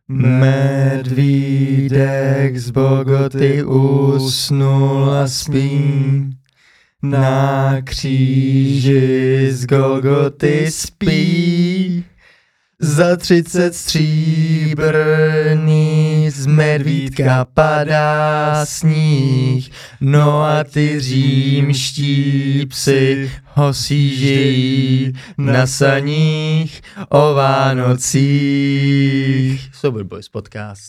Medvídek z Bogoty usnul a spí, na kříži z Golgoty spí. Za 30 stříbrný z medvídka padá sníh, no a ty římští psi ho sížejí na saních o Vánocích. Sober Boys podcast.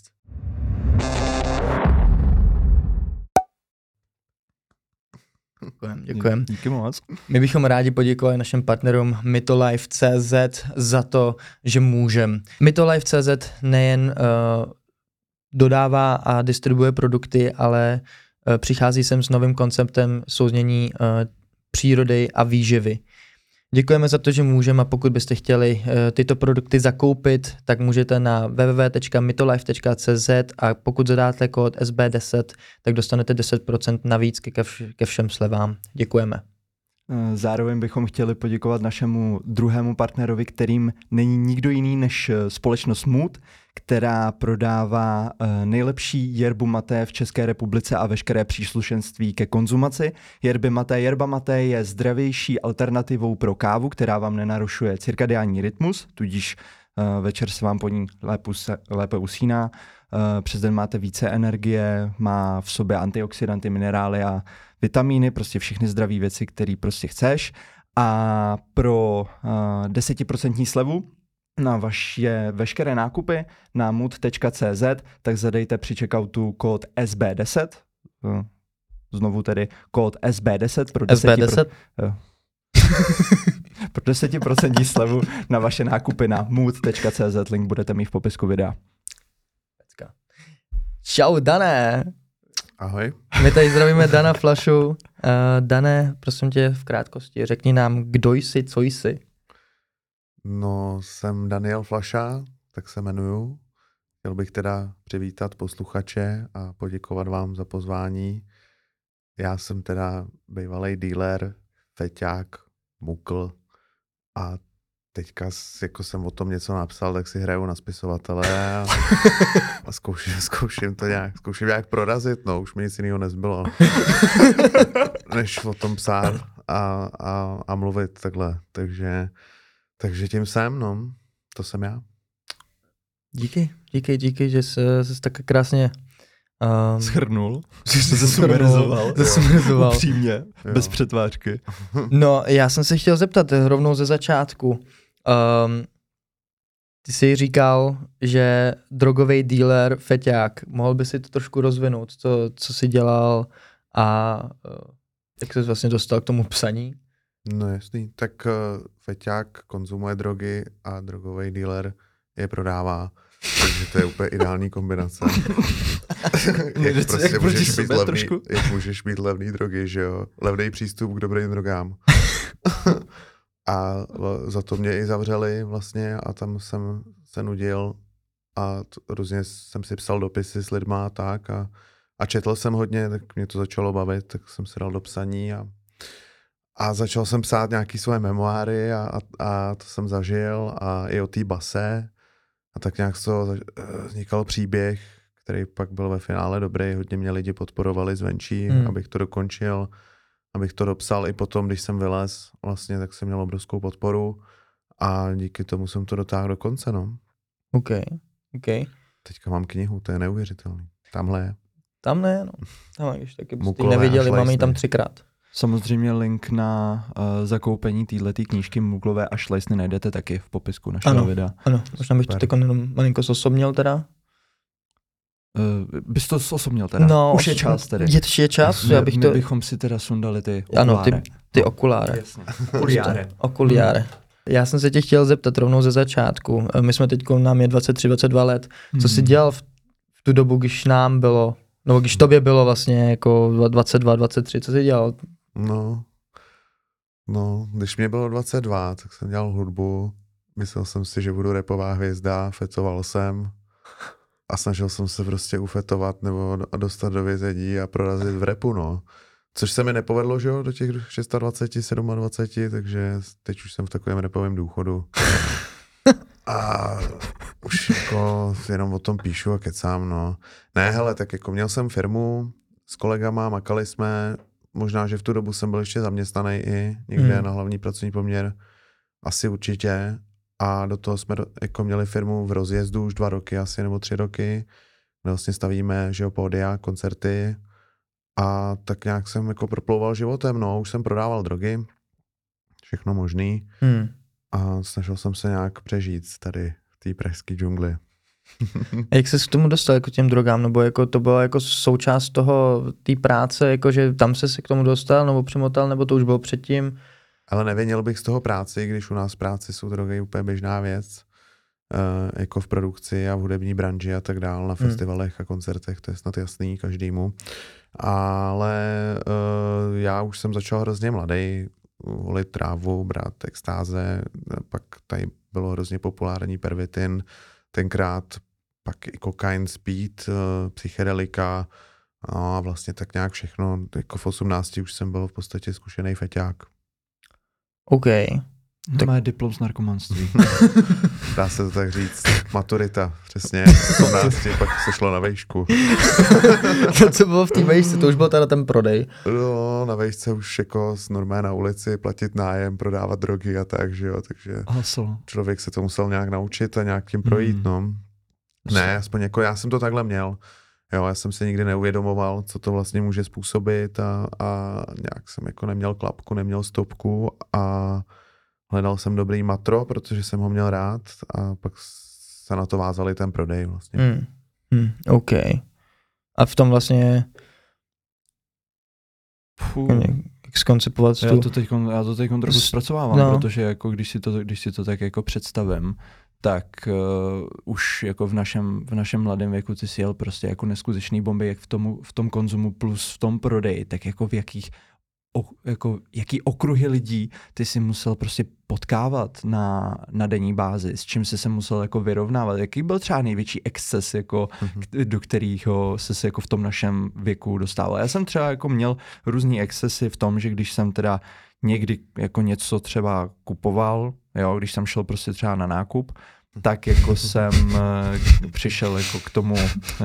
Děkujem. Díky moc. My bychom rádi poděkovali našim partnerům Mytolife.cz za to, že můžem. Mytolife.cz nejen dodává a distribuuje produkty, ale přichází sem s novým konceptem souznění přírody a výživy. Děkujeme za to, že můžeme, a pokud byste chtěli tyto produkty zakoupit, tak můžete na www.mytolife.cz a pokud zadáte kód SB10, tak dostanete 10% navíc ke všem slevám. Děkujeme. Zároveň bychom chtěli poděkovat našemu druhému partnerovi, kterým není nikdo jiný než společnost Mood, která prodává nejlepší yerbu maté v České republice a veškeré příslušenství ke konzumaci. Yerba maté je zdravější alternativou pro kávu, která vám nenarušuje cirkadiální rytmus, tudíž večer se vám po ní lépe usíná. Přes den máte více energie, má v sobě antioxidanty, minerály a vitamíny, prostě všechny zdravé věci, které prostě chceš. A pro 10% slevu na vaše veškeré nákupy na mood.cz, tak zadejte při checkoutu kód SB10. Znovu tedy kód SB10 pro 10%. Pro 10% slevu na vaše nákupy na mood.cz. Link budete mít v popisku videa. Čau, Dané. Ahoj. My tady zdravíme Dana Flašu. Dané, prosím tě v krátkosti, řekni nám, kdo jsi, co jsi. No, jsem Daniel Flaša, tak se jmenuju. Chtěl bych teda přivítat posluchače a poděkovat vám za pozvání. Já jsem teda bývalý dealer, feťák, mukl a teďka jako jsem o tom něco napsal, tak si hraju na spisovatele a zkouším nějak prorazit, no, už mi nic jiného nezbylo, než o tom psát a mluvit takhle, takže tím jsem, no, to jsem já. Díky, že jsi tak krásně Shrnul. Zesumerizoval. Upřímně, bez přetvářky. No, já jsem se chtěl zeptat rovnou ze začátku. Ty jsi říkal, že drogový dealer, feťák, mohl by si to trošku rozvinout, co jsi dělal a jak jsi vlastně dostal k tomu psaní? No jasný, tak feťák konzumuje drogy a drogový dealer je prodává. Takže to je úplně ideální kombinace. Jak můžeš mít levný drogy, že jo? Levný přístup k dobrým drogám. A za to mě i zavřeli vlastně a tam jsem se nudil a různě jsem si psal dopisy s lidma a tak a četl jsem hodně, tak mě to začalo bavit, tak jsem se dal do psaní a začal jsem psát nějaký svoje memoáry a to jsem zažil a i o té base. A tak nějak z toho vznikal příběh, který pak byl ve finále dobrý. Hodně mě lidi podporovali zvenčí, abych to dokončil, abych to dopsal. I potom, když jsem vylez, vlastně, tak jsem měl obrovskou podporu a díky tomu jsem to dotáhl do konce. No. OK. Teďka mám knihu, to je neuvěřitelný. Tamhle je. Tamhle, no. Tamhle, když taky byste ji neviděli, máme ji tam 3krát. Samozřejmě link na zakoupení této knížky Muglové a šlejsny najdete taky v popisku našeho videa. Ano, možná bych to jenom malinko zosobnil teda. Bys to zosobnil teda? No, už je čas tedy. Je čas? My bychom si teda sundali ty okuláre. Ano, ty okuláre. Jasně. Okuliáre. Já jsem se tě chtěl zeptat rovnou ze začátku. My jsme teď, nám je 23-22 let. Co jsi dělal v tu dobu, když nám bylo, nebo když tobě bylo vlastně jako 22-23, co jsi dělal? No, když mě bylo 22, tak jsem dělal hudbu. Myslel jsem si, že budu rapová hvězda, fetoval jsem a snažil jsem se prostě ufetovat nebo dostat do vězení a prorazit v rapu, no. Což se mi nepovedlo, že jo, do těch 26, 27, takže teď už jsem v takovém rapovém důchodu. A Už jako jenom o tom píšu a kecám, no. Ne, hele, tak jako měl jsem firmu s kolegama, makali jsme, možná, že v tu dobu jsem byl ještě zaměstnaný i někde na hlavní pracovní poměr, asi určitě. A do toho jsme jako měli firmu v rozjezdu už 2 roky asi, nebo 3 roky. My vlastně stavíme, že jo, pódia, koncerty a tak nějak jsem jako proplouval životem, no. Už jsem prodával drogy, všechno možný a snažil jsem se nějak přežít tady v té pražské džungli. A jak ses k tomu dostal, jako těm drogám, nebo jako to bylo jako součást toho, té práce, jako že tam se k tomu dostal, nebo přimotal, nebo to už bylo předtím? Ale nevinil bych z toho práci, když u nás v práci jsou drogy úplně běžná věc, jako v produkci a v hudební branži a tak dál, na festivalech a koncertech, to je snad jasný každému. Ale já už jsem začal hrozně mladý, volit trávu, brát extáze, pak tady bylo hrozně populární pervitin, tenkrát pak i kokain, speed, psychedelika a vlastně tak nějak všechno. Jako v 18 už jsem byl v podstatě zkušený feťák. OK. Tak má diplom z narkomanství. Dá se to tak říct. Maturita, přesně. V 18 pak se šlo na vejšku. To, co bylo v té vejšce, to už byl teda ten prodej. No, na vejšce už jako normé na ulici, platit nájem, prodávat drogy a tak, že jo, takže člověk se to musel nějak naučit a nějak tím projít, no. Ne, aspoň jako já jsem to takhle měl. Jo, já jsem se nikdy neuvědomoval, co to vlastně může způsobit a nějak jsem jako neměl klapku, neměl stopku a hledal jsem dobrý matro, protože jsem ho měl rád a pak se na to vázali ten prodej vlastně. OK. A v tom vlastně jak zkoncipovat já to teď trochu zpracovávám, protože jako když si to tak jako představím, tak už jako v našem mladém věku ty si jel prostě jako neskutečný bomby, jak v tom konzumu plus v tom prodeji, tak jako jaký okruhy lidí ty si musel prostě potkávat na denní bázi, s čím jsi se musel jako vyrovnávat, jaký byl třeba největší exces, jako, do kterého se jako v tom našem věku dostával. Já jsem třeba jako měl různý excesy v tom, že když jsem teda někdy jako něco třeba kupoval, jo, když jsem šel prostě třeba na nákup, tak jako jsem přišel jako k tomu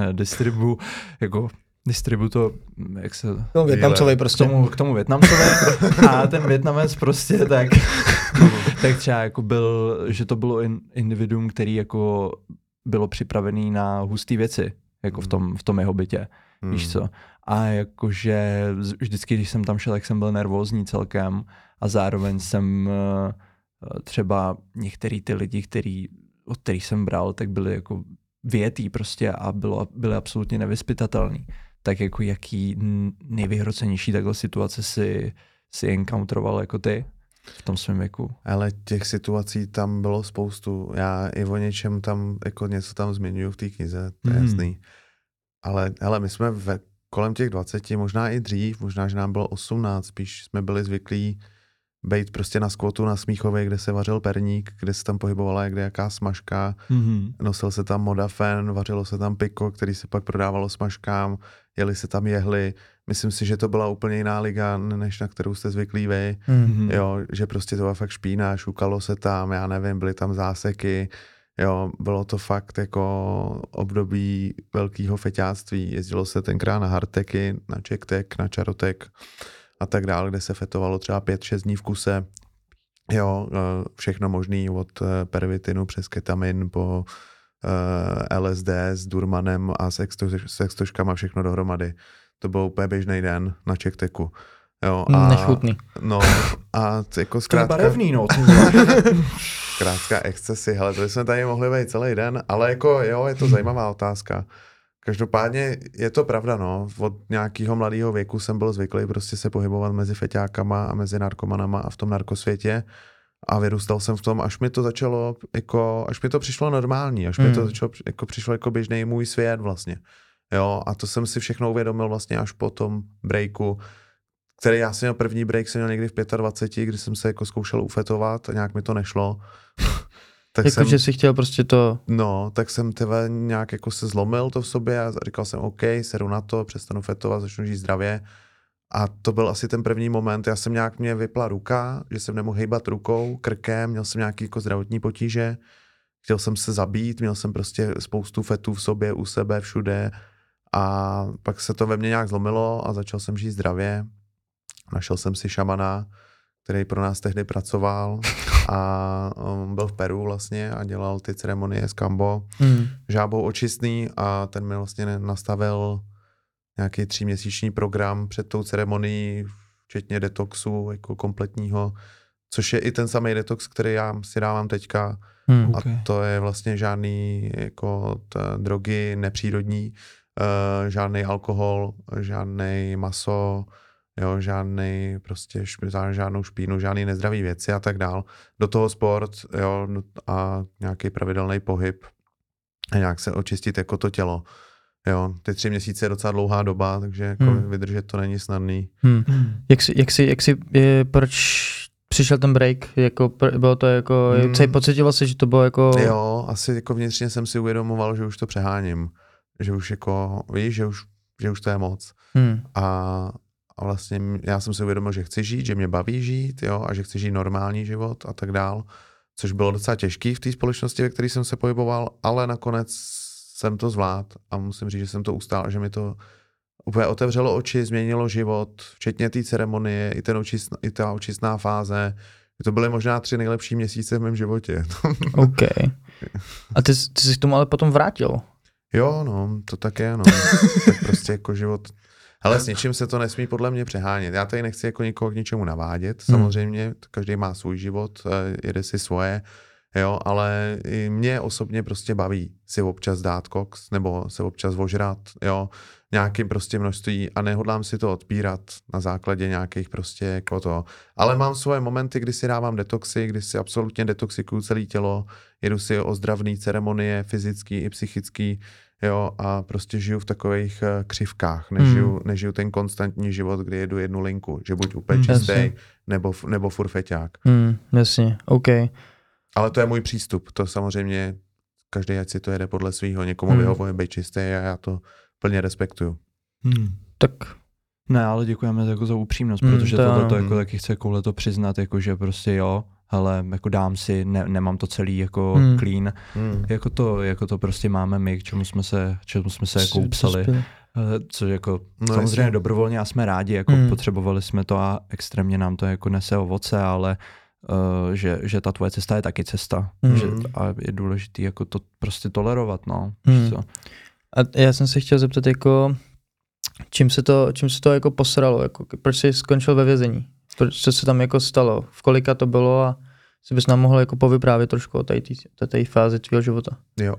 distributor, jak se... Vietnamcovi prostě. K tomu Vietnamcovi a ten Vietnamec prostě tak třeba jako že to bylo individuum, který jako bylo připravený na hustý věci, jako v tom jeho bytě, víš co. A jakože vždycky, když jsem tam šel, tak jsem byl nervózní celkem a zároveň jsem třeba některý ty lidi, od kterých jsem bral, tak byli jako větý prostě a byli absolutně nevyzpytatelný. Tak jako jaký nejvyhrocenější takhle situace si encounteroval jako ty v tom svém věku? Ale těch situací tam bylo spoustu. Já i o něčem tam, jako něco tam zmiňuju v té knize, to je jasný. Ale my jsme kolem těch 20, možná i dřív, možná, že nám bylo 18, spíš jsme byli zvyklí bejt prostě na skvotu na Smíchově, kde se vařil perník, kde se tam pohybovala jaká smažka, nosil se tam modafen, vařilo se tam piko, který se pak prodávalo smažkám, jeli se tam jehly. Myslím si, že to byla úplně jiná liga, než na kterou jste zvyklí vy. Jo, že prostě to byla fakt špína, šukalo se tam, já nevím, byly tam záseky, jo, bylo to fakt jako období velkého feťáctví. Jezdilo se tenkrát na hardteky, na checktek, na čarotek a tak dále, kde se fetovalo třeba 5-6 dní v kuse. Jo, všechno možný od pervitinu přes ketamin po LSD s Durmanem a s extoškama, všechno dohromady. To byl úplně běžný den na checkteku. Jo, nechutný. No a jako zkrátka... To je barevný, no. Zkrátka excesy, hele, to jsme tady mohli být celý den, ale jako jo, je to zajímavá otázka. Každopádně je to pravda, no. Od nějakého mladého věku jsem byl zvyklý prostě se pohybovat mezi feťákama a mezi narkomanama a v tom narkosvětě a vyrůstal jsem v tom, až mi to začalo jako, až mi to přišlo normální, až mi to začalo, jako přišlo jako běžný můj svět vlastně. Jo, a to jsem si všechno uvědomil vlastně až po tom breaku, který já jsem měl první break, jsem měl někdy v 25, kdy jsem se jako zkoušel ufetovat a nějak mi to nešlo. Tak jako, že jsi chtěl prostě to... No, tak jsem tebe nějak jako se zlomil to v sobě a říkal jsem OK, seru na to, přestanu fetovat, začnu žít zdravě. A to byl asi ten první moment, já jsem nějak, mě vypla ruka, že jsem nemohl hejbat rukou, krkem, měl jsem nějaký jako zdravotní potíže, chtěl jsem se zabít, měl jsem prostě spoustu fetů v sobě, u sebe, všude a pak se to ve mně nějak zlomilo a začal jsem žít zdravě. Našel jsem si šamana, který pro nás tehdy pracoval a byl v Peru vlastně a dělal ty ceremonie s Kambo, žábou očistný a ten mi vlastně nastavil nějaký 3měsíční program před tou ceremonií, včetně detoxu jako kompletního, což je i ten samý detox, který já si dávám teďka. Okay. A to je vlastně žádný jako drogy nepřírodní, žádný alkohol, žádný maso, jo, žádný prostě žádnou špínu, žádný nezdravý věci a tak dál. Do toho sport, jo, a nějaký pravidelný pohyb a nějak se očistit jako to tělo. Jo, ty 3 měsíce je docela dlouhá doba, takže jako vydržet to není snadný. Proč přišel ten break? Jako, bylo to jako, pocitoval jsi, že to bylo jako... Jo, asi jako vnitřně jsem si uvědomoval, že už to přeháním. Že už jako, víš, že už to je moc. A vlastně já jsem si uvědomil, že chci žít, že mě baví žít, jo, a že chci žít normální život a tak dál. Což bylo docela těžký v té společnosti, ve které jsem se pohyboval, ale nakonec jsem to zvládl a musím říct, že jsem to ustál, že mi to úplně otevřelo oči, změnilo život, včetně té ceremonie, i ta očistná fáze. To byly možná 3 nejlepší měsíce v mém životě. OK. A ty jsi k tomu ale potom vrátil? Jo, no, to tak je, no. Tak prostě jako život. Hele, s ničím se to nesmí podle mě přehánět. Já tady nechci jako nikoho k ničemu navádět, samozřejmě, každý má svůj život, jede si svoje, jo, ale i mě osobně prostě baví si občas dát koks, nebo se občas ožrat, jo, nějakým prostě množství a nehodlám si to odpírat na základě nějakých prostě jako to. Ale mám svoje momenty, kdy si dávám detoxy, kdy si absolutně detoxikuju celé tělo, jedu si ozdravné ceremonie, fyzický i psychický, jo, a prostě žiju v takových křivkách, nežiju ten konstantní život, kdy jedu jednu linku, že buď úplně čistý, nebo furt feťák. Jasně, OK. Ale to je můj přístup, to samozřejmě každý ať si to jede podle svýho, někomu vyhovuje být čistý a já to plně respektuju. Tak. Ne, ale děkujeme jako za upřímnost, protože tohle jako taky chce to přiznat, jako že prostě jo, hele, jako dám si, nemám to celý jako clean, jako to prostě máme my, k čemu jsme se jako upsali, což jako samozřejmě dobrovolně a jsme rádi, jako potřebovali jsme to a extrémně nám to jako nese ovoce, ale že ta tvoje cesta je taky cesta, a je důležitý jako to prostě tolerovat, no. A já jsem se chtěl zeptat, jako, čím se to jako posralo, jako, proč jsi skončil ve vězení? Co se tam jako stalo? V kolika to bylo a si bys nám mohl jako povyprávět trošku o té fázi tvýho života? Jo,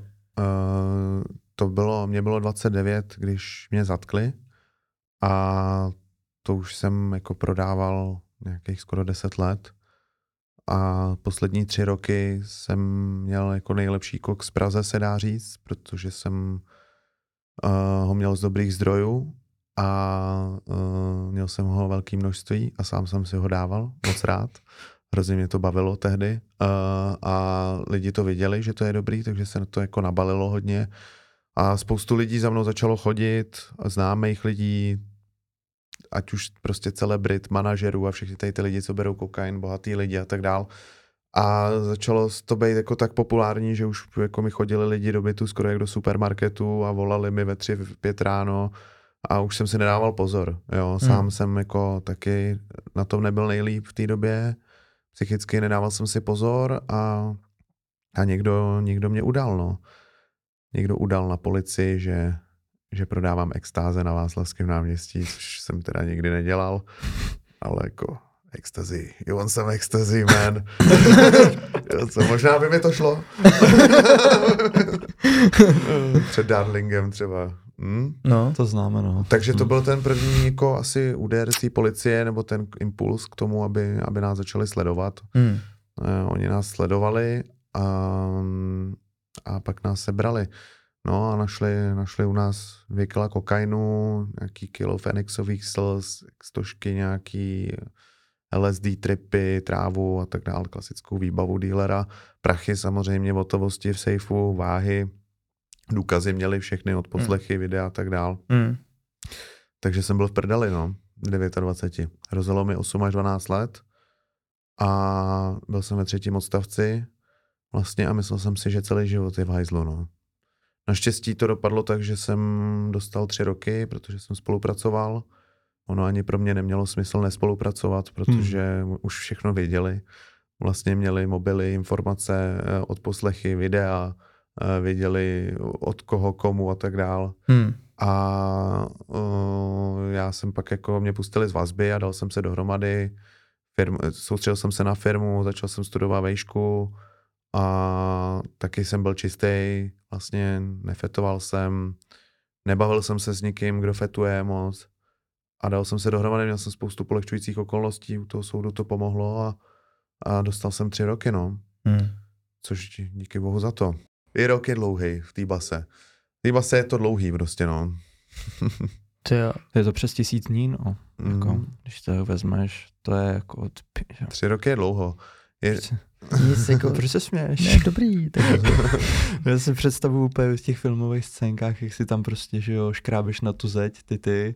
mě bylo 29, když mě zatkli a to už jsem jako prodával nějakých skoro 10 let. A poslední 3 roky jsem měl jako nejlepší koks v Praze, se dá říct, protože jsem ho měl z dobrých zdrojů a měl jsem ho velké množství a sám jsem si ho dával moc rád. Hrozně mě to bavilo tehdy a lidi to viděli, že to je dobrý, takže se to jako nabalilo hodně. A spoustu lidí za mnou začalo chodit, známých lidí, ať už prostě celebrit, manažerů a všechny tady ty lidi, co berou kokain, bohatý lidi a tak dál. A začalo to být jako tak populární, že už jako mi chodili lidi do bytu skoro jak do supermarketu a volali mi ve 3, v 5 ráno a už jsem si nedával pozor. Jo. Sám jsem jako taky na tom nebyl nejlíp v té době. Psychicky nedával jsem si pozor a někdo mě udal. No. Někdo udal na policii, že prodávám extáze na Václavském náměstí, což jsem teda nikdy nedělal, ale jako ecstasy, you want some ecstasy, man. Možná by mi to šlo. Před Darlingem třeba. No, to známe, no. Takže to byl ten první jako asi úder té policie, nebo ten impuls k tomu, aby nás začali sledovat. Oni nás sledovali a pak nás sebrali. No a našli u nás 2 kila kokainu, nějaký kilo fenixových slz, stožky, nějaký LSD tripy, trávu a tak dále, klasickou výbavu dílera, prachy samozřejmě, hotovosti v sejfu, váhy, důkazy měli všechny, odposlechy, videa a tak dále. Takže jsem byl v prdeli, no, 29. Rozjelo mi 8 až 12 let a byl jsem ve 3. odstavci. vlastně a myslel jsem si, že celý život je v hajzlu, no. Naštěstí to dopadlo tak, že jsem dostal 3 roky, protože jsem spolupracoval. Ono ani pro mě nemělo smysl nespolupracovat, protože už všechno věděli. Vlastně měli mobily, informace, odposlechy, videa, věděli od koho, komu a tak dál. A já jsem pak jako, mě pustili z vazby a dal jsem se dohromady. Soustředil jsem se na firmu, začal jsem studovat vejšku a taky jsem byl čistý, vlastně nefetoval jsem, nebavil jsem se s nikým, kdo fetuje moc a dal jsem se dohromady, měl jsem spoustu polehčujících okolností, u toho soudu to pomohlo a dostal jsem 3 roky, no. Což díky bohu za to. I rok je dlouhý v té base. V té base je to dlouhý prostě, no. Je to přes 1000 dní, no. Jako, když to vezmeš, to je jako... 3 roky je dlouho. Proč se směješ? Ne, dobrý. Já si představuju úplně v těch filmových scénkách, jak si tam prostě, že jo, škrábeš na tu zeď, ty.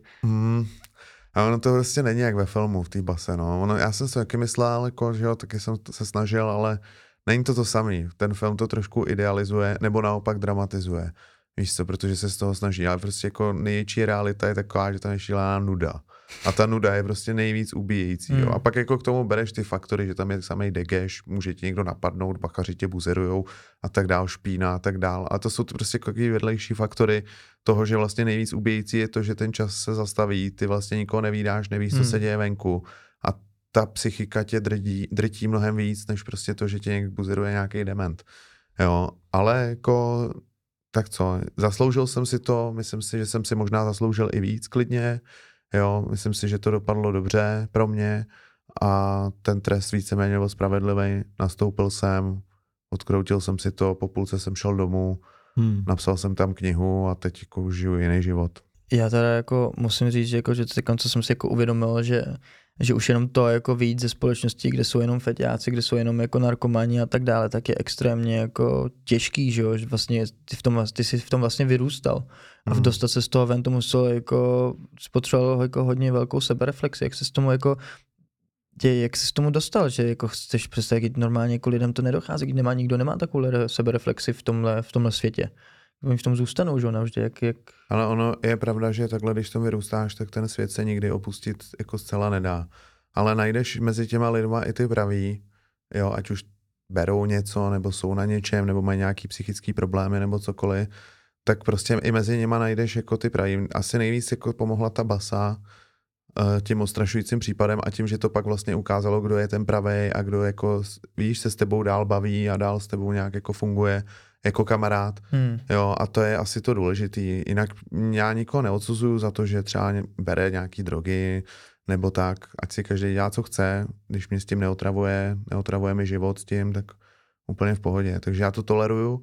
A ono to prostě není jak ve filmu v té base, no. Já jsem si taky myslel, jako, že jo, taky jsem se snažil, ale není to samý. Ten film to trošku idealizuje, nebo naopak dramatizuje. Víš co, protože se z toho snaží, ale prostě jako největší realita je taková, že tam je šílená nuda. A ta nuda je prostě nejvíc ubíjející. Jo. A pak jako k tomu bereš ty faktory, že tam je samej degeš, může ti někdo napadnout, bachaři tě buzerujou a tak dál, špína a tak dál. A to jsou prostě takový vedlejší faktory toho, že vlastně nejvíc ubíjející je to, že ten čas se zastaví, ty vlastně nikoho nevídáš, nevíš, co se děje venku. A ta psychika tě drtí mnohem víc, než prostě to, že tě někdo buzeruje nějaký dement. Jo, ale jako... Tak co, zasloužil jsem si to, myslím si, že jsem si možná zasloužil i víc klidně, jo, myslím si, že to dopadlo dobře pro mě a ten trest víceméně byl spravedlivý, nastoupil jsem, odkroutil jsem si to, po půlce jsem šel domů, napsal jsem tam knihu a teď jako už žiju jiný život. Já teda jako musím říct, že, jako, že co jsem si jako uvědomil, že už jenom to jako vyjít ze společnosti, kde jsou jenom feťáci, kde jsou jenom jako narkomani a tak dále, tak je extrémně jako těžký, že jo, že vlastně ty jsi v tom vlastně vyrůstal a dostat se z toho ven to muselo jako, spotřeboval jako hodně velkou sebereflexi, jak se s tomu jako, jak jsi s tomu dostal, že jako chceš představit, normálně jako lidem to nedochází, když nikdo nemá takovou sebereflexi v tomhle světě. Oni v tom zůstanou, že navždy, jak... Ale ono je pravda, že takhle, když to vyrůstáš, tak ten svět se nikdy opustit jako zcela nedá. Ale najdeš mezi těma lidma i ty praví, jo, ať už berou něco, nebo jsou na něčem, nebo mají nějaký psychický problémy, nebo cokoliv, tak prostě i mezi něma najdeš jako ty praví. Asi nejvíc jako pomohla ta basa tím odstrašujícím případem a tím, že to pak vlastně ukázalo, kdo je ten pravej a kdo jako, víš, se s tebou dál baví a dál s tebou nějak jako funguje jako kamarád, jo, a to je asi to důležitý. Jinak já nikoho neodsuzuju za to, že třeba bere nějaký drogy, nebo tak, ať si každý dělá, co chce, když mě s tím neotravuje mi život s tím, tak úplně v pohodě. Takže já to toleruju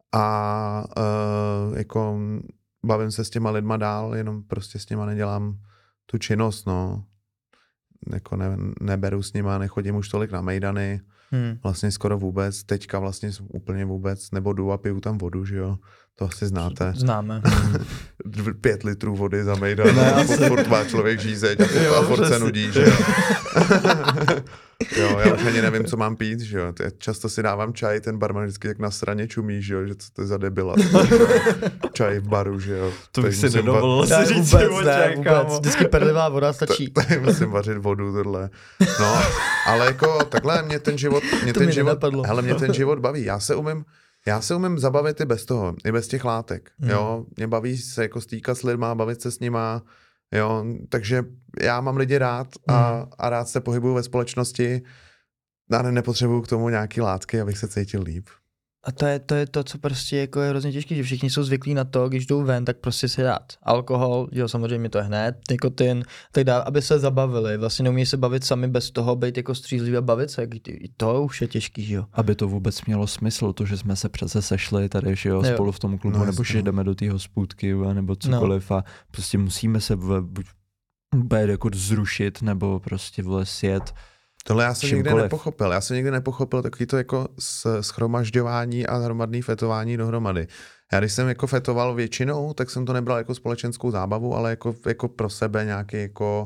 a jako bavím se s těma lidma dál, jenom prostě s těma nedělám tu činnost, no. Jako neberu s nima, nechodím už tolik na mejdany, vlastně skoro vůbec, teďka vlastně úplně vůbec, nebo jdu a piju tam vodu, že jo, to asi znáte. Známe. 5 litrů vody za mejdan, a furt má člověk žízeň a furt se nudí, že jo. Jo, já už ani nevím, co mám pít, že jo, často si dávám čaj, ten barman vždycky jak na straně čumí, že jo, že co to je za debila. Čaj v baru, že jo. To bych si nedovolil si říct vůbec. Vždycky perlivá voda stačí. Tady musím vařit vodu, tohle. No, ale jako takhle mě ten život baví. Já se umím zabavit i bez toho, i bez těch látek, jo. Mě baví se jako stýkat s lidma, bavit se s nima, jo, takže já mám lidi rád a rád se pohybuju ve společnosti a nepotřebuju k tomu nějaký látky, abych se cítil líp. A to je to, co prostě jako je hrozně těžké, že všichni jsou zvyklí na to, když jdou ven, tak prostě si dát alkohol, jo, samozřejmě to je hned, nikotin, tak dále, aby se zabavili. Vlastně neumí se bavit sami bez toho, být jako střízlivý a bavit se, i to už je těžký, že jo. Aby to vůbec mělo smysl, to, že jsme se přece sešli tady, že jo, spolu v tom klubu, no, nebo že jdeme do té hospůdky, nebo cokoliv a prostě musíme se buď jako zrušit, nebo prostě sjet. Tohle já jsem nikdy nepochopil. Já jsem nikdy nepochopil takový to jako shromažďování a hromadný fetování dohromady. Já když jsem jako fetoval většinou, tak jsem to nebral jako společenskou zábavu, ale jako pro sebe nějaký jako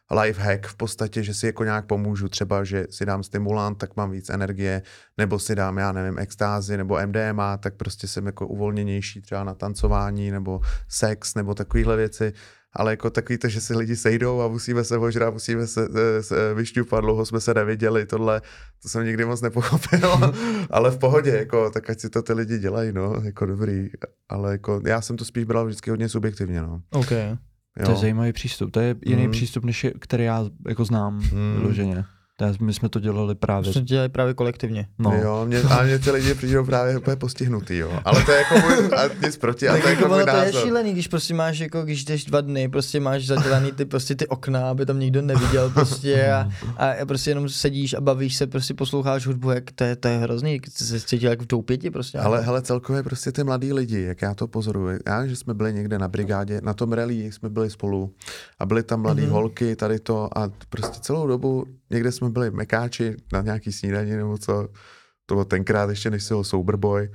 life hack v podstatě, že si jako nějak pomůžu, třeba, že si dám stimulant, tak mám víc energie, nebo si dám, já nevím, extázi, nebo MDMA, tak prostě jsem jako uvolněnější třeba na tancování, nebo sex, nebo takovýhle věci. Ale jako takový to, že si lidi sejdou a musíme se ožrat, musíme se vyšťupat, dlouho jsme se neviděli, tohle, to jsem nikdy moc nepochopil, ale v pohodě, jako, tak ať si to ty lidi dělají, no, jako dobrý, ale jako já jsem to spíš bral vždycky hodně subjektivně, no. Okay. Jo. To je zajímavý přístup, to je jiný přístup, než který já jako znám vyloženě. My jsme to dělali právě. My jsme to dělali právě kolektivně. No. Jo, mě ty lidi přijdou právě úplně postihnutý, jo. Ale to je jako můj, a nic proti, a to je jako můj názor. To je šílený, když prostě máš, jako když jdeš 2 dny, prostě máš zadělaný ty okna, aby tam nikdo neviděl prostě a prostě jenom sedíš a bavíš se, prostě posloucháš hudbu, jak to je hrozný, se cítil jak v doupěti prostě. Ale hele, celkově prostě ty mladí lidi, jak já to pozoruji, že jsme byli někde na brigádě, na tom rally jsme byli spolu a byly tam mladý holky, tady to a prostě celou dobu někde jsme byli mekáči na nějaký snídani nebo co, to bylo tenkrát ještě než si ho Soberboy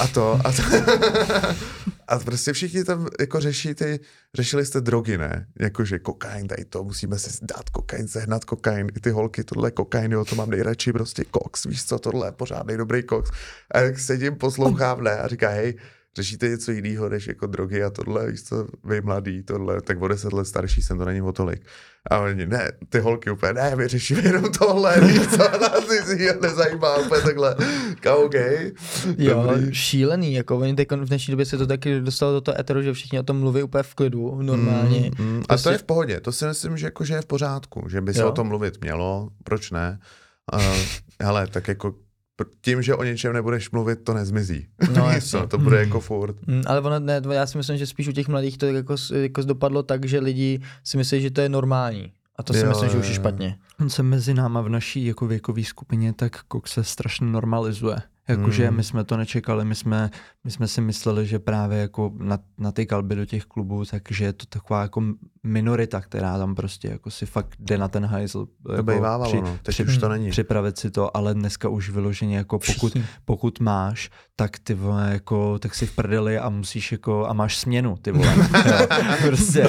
a prostě všichni tam jako řešili jste drogy, ne? Jakože kokain, tady to, musíme si dát kokain, sehnat kokain, i ty holky, tohle kokain, jo, to mám nejradši, prostě koks, víš co, tohle, pořádnej dobrý koks. A jak sedím, poslouchám, ne, a říká, hej, řešíte něco jiného než jako drogy a tohle, víš co, vy mladý, tohle, tak o 10 let starší jsem, to není o tolik. A oni, ne, ty holky úplně, ne, my řešíme jenom tohle, víš co, nás si nezajímá úplně takhle, okay. Jo, šílený, jako oni teď v dnešní době se to taky dostalo do toho eteru, že všichni o tom mluví úplně v klidu, normálně. A to je v pohodě, to si myslím, že, jako, že je v pořádku, že by se o tom mluvit mělo, proč ne? Hele, tak jako tím, že o něčem nebudeš mluvit, to nezmizí. No, jasně. To bude jako furt. Ale ono, ne, já si myslím, že spíš u těch mladých to jako dopadlo tak, že lidi si myslí, že to je normální. A to si myslím, že už je špatně. On se mezi náma v naší jako věkové skupině tak koks se strašně normalizuje. Jakože my jsme to nečekali, my jsme si mysleli, že právě jako na ty kalby do těch klubů, takže je to taková jako minorita, která tam prostě jako si fakt jde na ten hajzl. To bývávalo, no. Teď už to není. Připravit si to, ale dneska už vyloženě jako pokud máš, tak ty vole jako, tak si v prdeli a musíš jako, a máš směnu, ty vole. prostě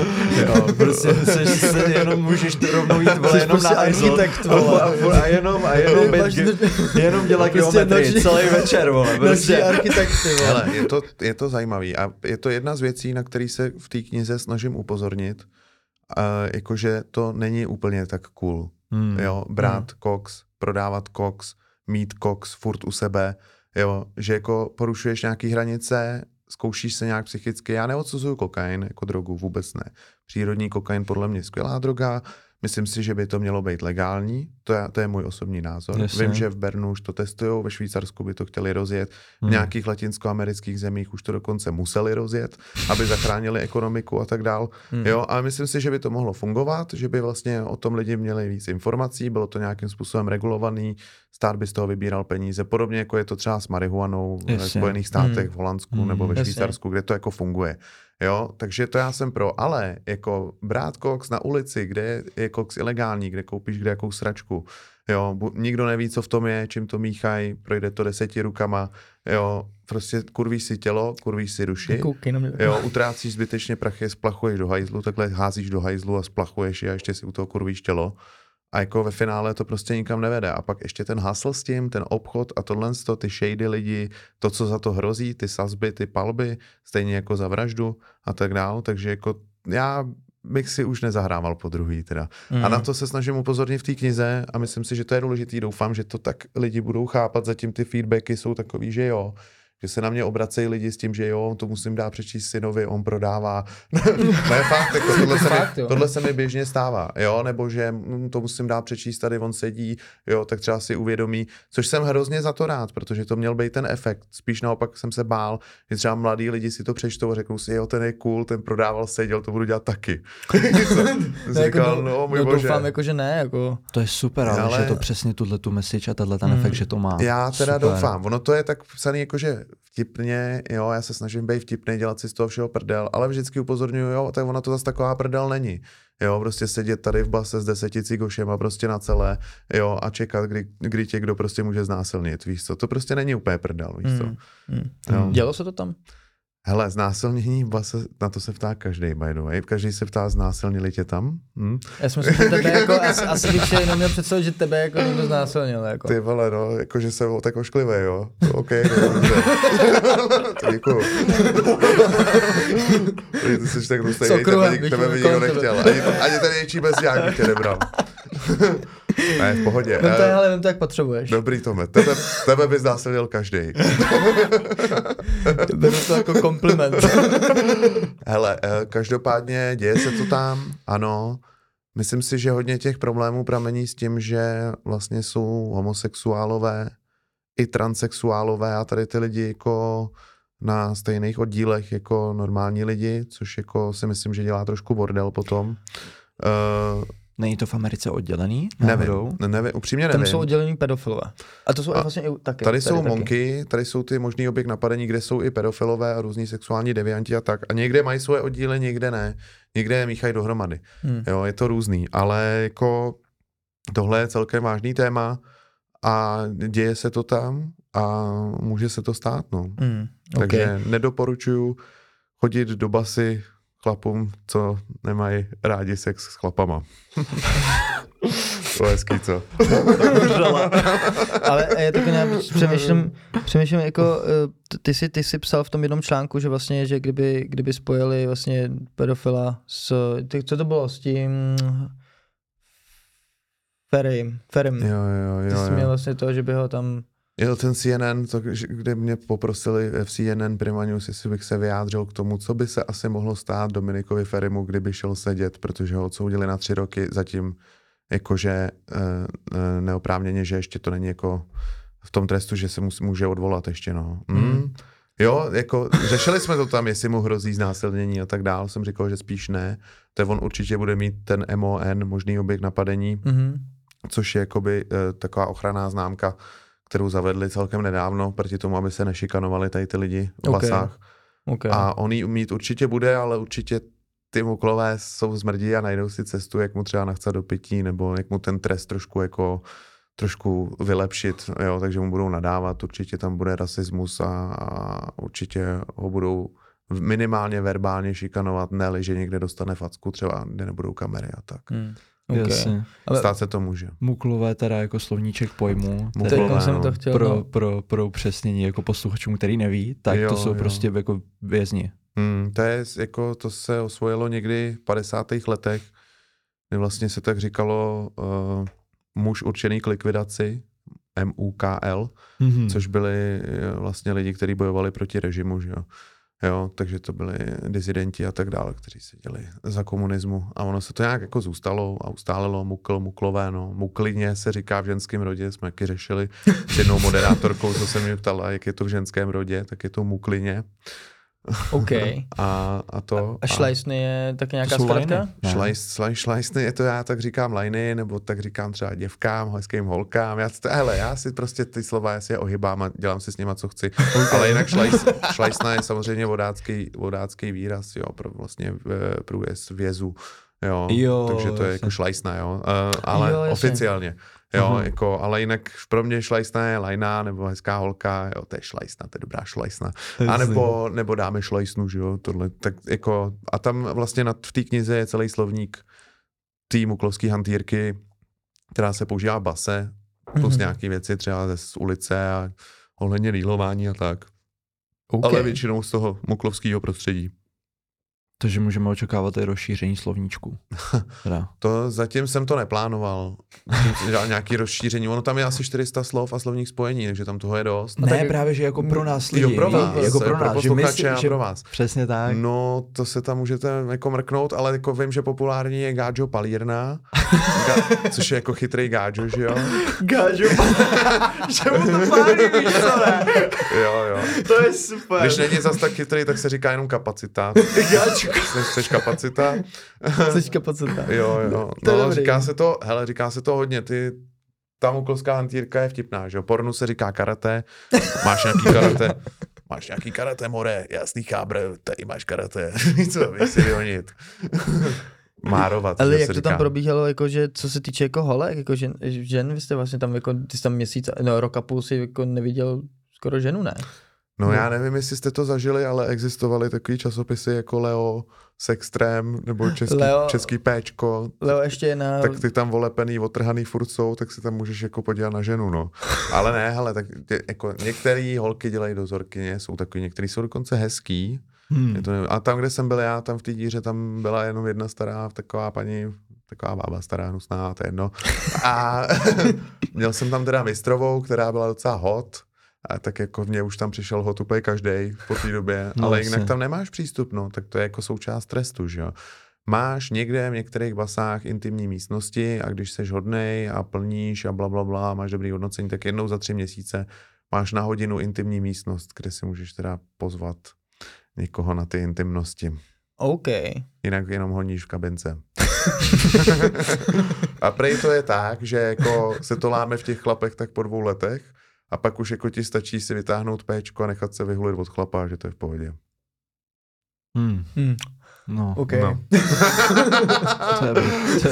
jenom můžeš to rovnou jít, vole, jenom na hajzl. A jenom dělat kilometry, celý večer, vole. Prostě. Hele, je to zajímavý a je to jedna z věcí, na který se v té knize snažím upozornit, jakože to není úplně tak cool. Jo, brát koks, prodávat koks, mít koks furt u sebe, jo, že jako porušuješ nějaký hranice, zkoušíš se nějak psychicky, já neodsuzuju kokain jako drogu, vůbec ne. Přírodní kokain podle mě skvělá droga, myslím si, že by to mělo být legální, to je můj osobní názor. Jasně. Vím, že v Bernu už to testujou, ve Švýcarsku by to chtěli rozjet, v nějakých latinskoamerických zemích už to dokonce museli rozjet, aby zachránili ekonomiku a tak dál. Jo, ale myslím si, že by to mohlo fungovat, že by vlastně o tom lidi měli víc informací, bylo to nějakým způsobem regulovaný, stát by z toho vybíral peníze, podobně jako je to třeba s marihuanou ve Spojených státech, v Holandsku nebo ve Švýcarsku, kde to jako funguje. Jo, takže to já jsem pro, ale jako brát koks na ulici, kde je koks ilegální, kde koupíš kde jakou sračku, jo, nikdo neví, co v tom je, čím to míchají, projde to 10 rukama, jo, prostě kurvíš si tělo, kurvíš si duši, jo, utrácíš zbytečně prachy, splachuješ do hajzlu, takhle házíš do hajzlu a splachuješ a ještě si u toho kurvíš tělo. A jako ve finále to prostě nikam nevede. A pak ještě ten hustle s tím, ten obchod a tohle, ty shady lidi, to, co za to hrozí, ty sazby, ty palby, stejně jako za vraždu a tak dál. Takže jako já bych si už nezahrával po druhý teda. A na to se snažím upozornit v té knize a myslím si, že to je důležitý. Doufám, že to tak lidi budou chápat, zatím ty feedbacky jsou takový, že jo. Že se na mě obracejí lidi s tím, že jo, to musím dát přečíst synovi, on prodává. Ne, fakt, jako tohle se mi běžně stává, jo, nebo že to musím dát přečíst, tady on sedí, jo, tak třeba si uvědomí, což jsem hrozně za to rád, protože to měl být ten efekt. Spíš naopak jsem se bál, že třeba mladí lidi si to přečtou a řeknou si, jo, ten je cool, ten prodával, seděl, to budu dělat taky. Říkal, no, můj bože. Doufám, jako, že ne, jako. To je super, ale že to přesně tuto message a ten efekt, že to má. Já teda doufám, ono to je tak psaný, jakože vtipně, jo, já se snažím být vtipný, dělat si z toho všeho prdel, ale vždycky upozorňuji, jo, tak ona to zase taková prdel není. Jo, prostě sedět tady v base s 10 cigošema prostě na celé, jo, a čekat, kdy tě kdo prostě může znásilnit, víš co, to prostě není úplně prdel, víš co. Dělo se to tam? Hele, znásilnění, na to se ptá každý, by the way. Každý se ptá, znásilnili tě tam? Já jsem si tebe jako, asi bych jenom měl představit, že tebe jako někdo znásilnil. Jako. Ty vole, no, jako že jsem tak ošklivý, jo. OK, dobře. Děkuju. Ty jsi tak tlustej, tebe by nikdo nechtěl. Ani ten něčí bezďák by tě nebral. Ne, v pohodě. Vem to, ale vem to, jak potřebuješ. Dobrý, Tome, tebe by znásilnil každej. Beru to jako kompliment. Hele, každopádně děje se to tam, ano. Myslím si, že hodně těch problémů pramení s tím, že vlastně jsou homosexuálové i transsexuálové a tady ty lidi jako na stejných oddílech jako normální lidi, což jako si myslím, že dělá trošku bordel potom. Není to v Americe oddělený? Nevím, upřímně nevím. Tam jsou oddělený pedofilové. A to jsou vlastně i taky. Tady jsou monky, tady jsou ty možný objekt napadení, kde jsou i pedofilové a různí sexuální devianti a tak. A někde mají svoje oddíly, někde ne. Někde je míchají dohromady. Jo, je to různý. Ale jako tohle je celkem vážný téma a děje se to tam a může se to stát, no. Takže nedoporučuju chodit do basy chlapům, co nemají rádi sex s chlapama. To je hezký, co? Ale já tak nějak přemýšlím jako, ty jsi psal v tom jednom článku, že vlastně, že kdyby spojili vlastně pedofila s, co to bylo, s tím Ferrym. Jo. Ty jsi měl vlastně to, že by ho tam... Jo, ten CNN, kde mě poprosili v CNN Prima News, jestli bych se vyjádřil k tomu, co by se asi mohlo stát Dominikovi Ferrymu, kdyby šel sedět, protože ho odsoudili na 3 roky, zatím jakože neoprávněně, že ještě to není jako v tom trestu, že se může odvolat ještě, no. Jo, jako řešili jsme to tam, jestli mu hrozí znásilnění a tak dál, jsem říkal, že spíš ne, to on určitě bude mít ten MON, možný objekt napadení, což je jakoby taková ochranná známka, kterou zavedli celkem nedávno, proti tomu, aby se nešikanovali tady ty lidi v basách. Okay. A on jí mít určitě bude, ale určitě ty muklové jsou zmrdí a najdou si cestu, jak mu třeba nachcat do pití, nebo jak mu ten trest trošku vylepšit, jo, takže mu budou nadávat, určitě tam bude rasismus a určitě ho budou minimálně verbálně šikanovat, ne, že někde dostane facku třeba, kde nebudou kamery a tak. Jasně. Stát se to může. Muklové teda jako slovníček pojmu. Jsem to chtěl, pro upřesnění jako posluchačům, který neví, tak to jsou prostě jako vězni. To se osvojilo někdy v 50. letech, kdy vlastně se tak říkalo muž určený k likvidaci, MUKL, což byli vlastně lidi, kteří bojovali proti režimu, že jo. Jo, takže to byli disidenti a tak dále, kteří seděli za komunismu. A ono se to nějak jako zůstalo a ustálilo, muklové, no. Muklině se říká v ženském rodě, jsme taky řešili s jednou moderátorkou, co se mě ptala, jak je to v ženském rodě, tak je to muklině. OK. A šlajsny je taky nějaká zkratka? Šlajsny je to, já tak říkám lajny, nebo tak říkám třeba děvkám, hezkým holkám. Já si prostě ty slova, já si je ohybám a dělám si s nima, co chci. Ale jinak šlajsna je samozřejmě vodácký výraz, jo, pro vlastně průjezd vězu. Jo, takže to je jako šlajsna, jo. Ale jo, oficiálně. Jo, jako, ale jinak pro mě šlajsna je lajna, nebo hezká holka, jo, to je šlajsna, to je dobrá šlajsna. A nebo dáme šlajsnu, že jo, tohle, tak jako, a tam vlastně v té knize je celý slovník té muklovský hantýrky, která se používá v base, plus nějaký věci třeba z ulice a ohledně dýlování a tak. Okay. Ale většinou z toho muklovského prostředí. Takže můžeme očekávat i rozšíření slovníčku. To zatím jsem to neplánoval. Nějaký rozšíření. Ono tam je asi 400 slov a slovních spojení, takže tam toho je dost. Ne, právě, že jako pro nás lidi. Jo, pro vás. Jako pro nás. Pro posluchače a pro vás. Přesně tak. No, to se tam můžete jako mrknout, ale jako vím, že populární je Gáďo Palírna, což je jako chytrý Gáďo, že jo? Gáďo že mu to pálí, víš co, ne? Jo. To je super. Když není zas tak chytrý, tak se říká jenom kapacita. Gáďo. Jseš kapacita. Jseš kapacita. Jo. No, říká se to hodně. Ta muklovská hantýrka je vtipná, že jo. Pornu se říká karate. Máš nějaký karate, more, jasný chábr, tady máš karate. Co, víš si vyhonit. Márovat. Ale jak to tam probíhalo, jakože, co se týče jako holek, jako žen, vy jste vlastně tam jako, ty jsi tam rok a půl si jako neviděl skoro ženu, ne? No já nevím, jestli jste to zažili, ale existovaly takový časopisy jako Leo, Sextrém, nebo český Péčko. Leo ještě Tak ty tam volepený, otrhaný furt jsou, tak si tam můžeš jako podívat na ženu, no. Ale ne, hele, tak jako některé holky dělají dozorkyně, jsou takový, některý jsou dokonce hezký. A tam, kde jsem byl já, tam v té díře, tam byla jenom jedna stará, taková bába stará, hnusná, to je jedno. A měl jsem tam teda mistrovou, která byla docela hot, a tak jako mě už tam přišel hot úplně každej po té době, no, ale jinak tam nemáš přístup, no, tak to je jako součást trestu, že jo. Máš někde v některých basách intimní místnosti a když seš hodnej a plníš a blablabla, máš dobrý hodnocení, tak jednou za 3 měsíce máš na hodinu intimní místnost, kde si můžeš teda pozvat někoho na ty intimnosti. OK. Jinak jenom honíš v kabince. A prej to je tak, že jako se to láme v těch chlapech tak po 2 letech a pak už jako ti stačí si vytáhnout péčko a nechat se vyhulit od chlapa, že to je v pohodě. No. OK. No. To je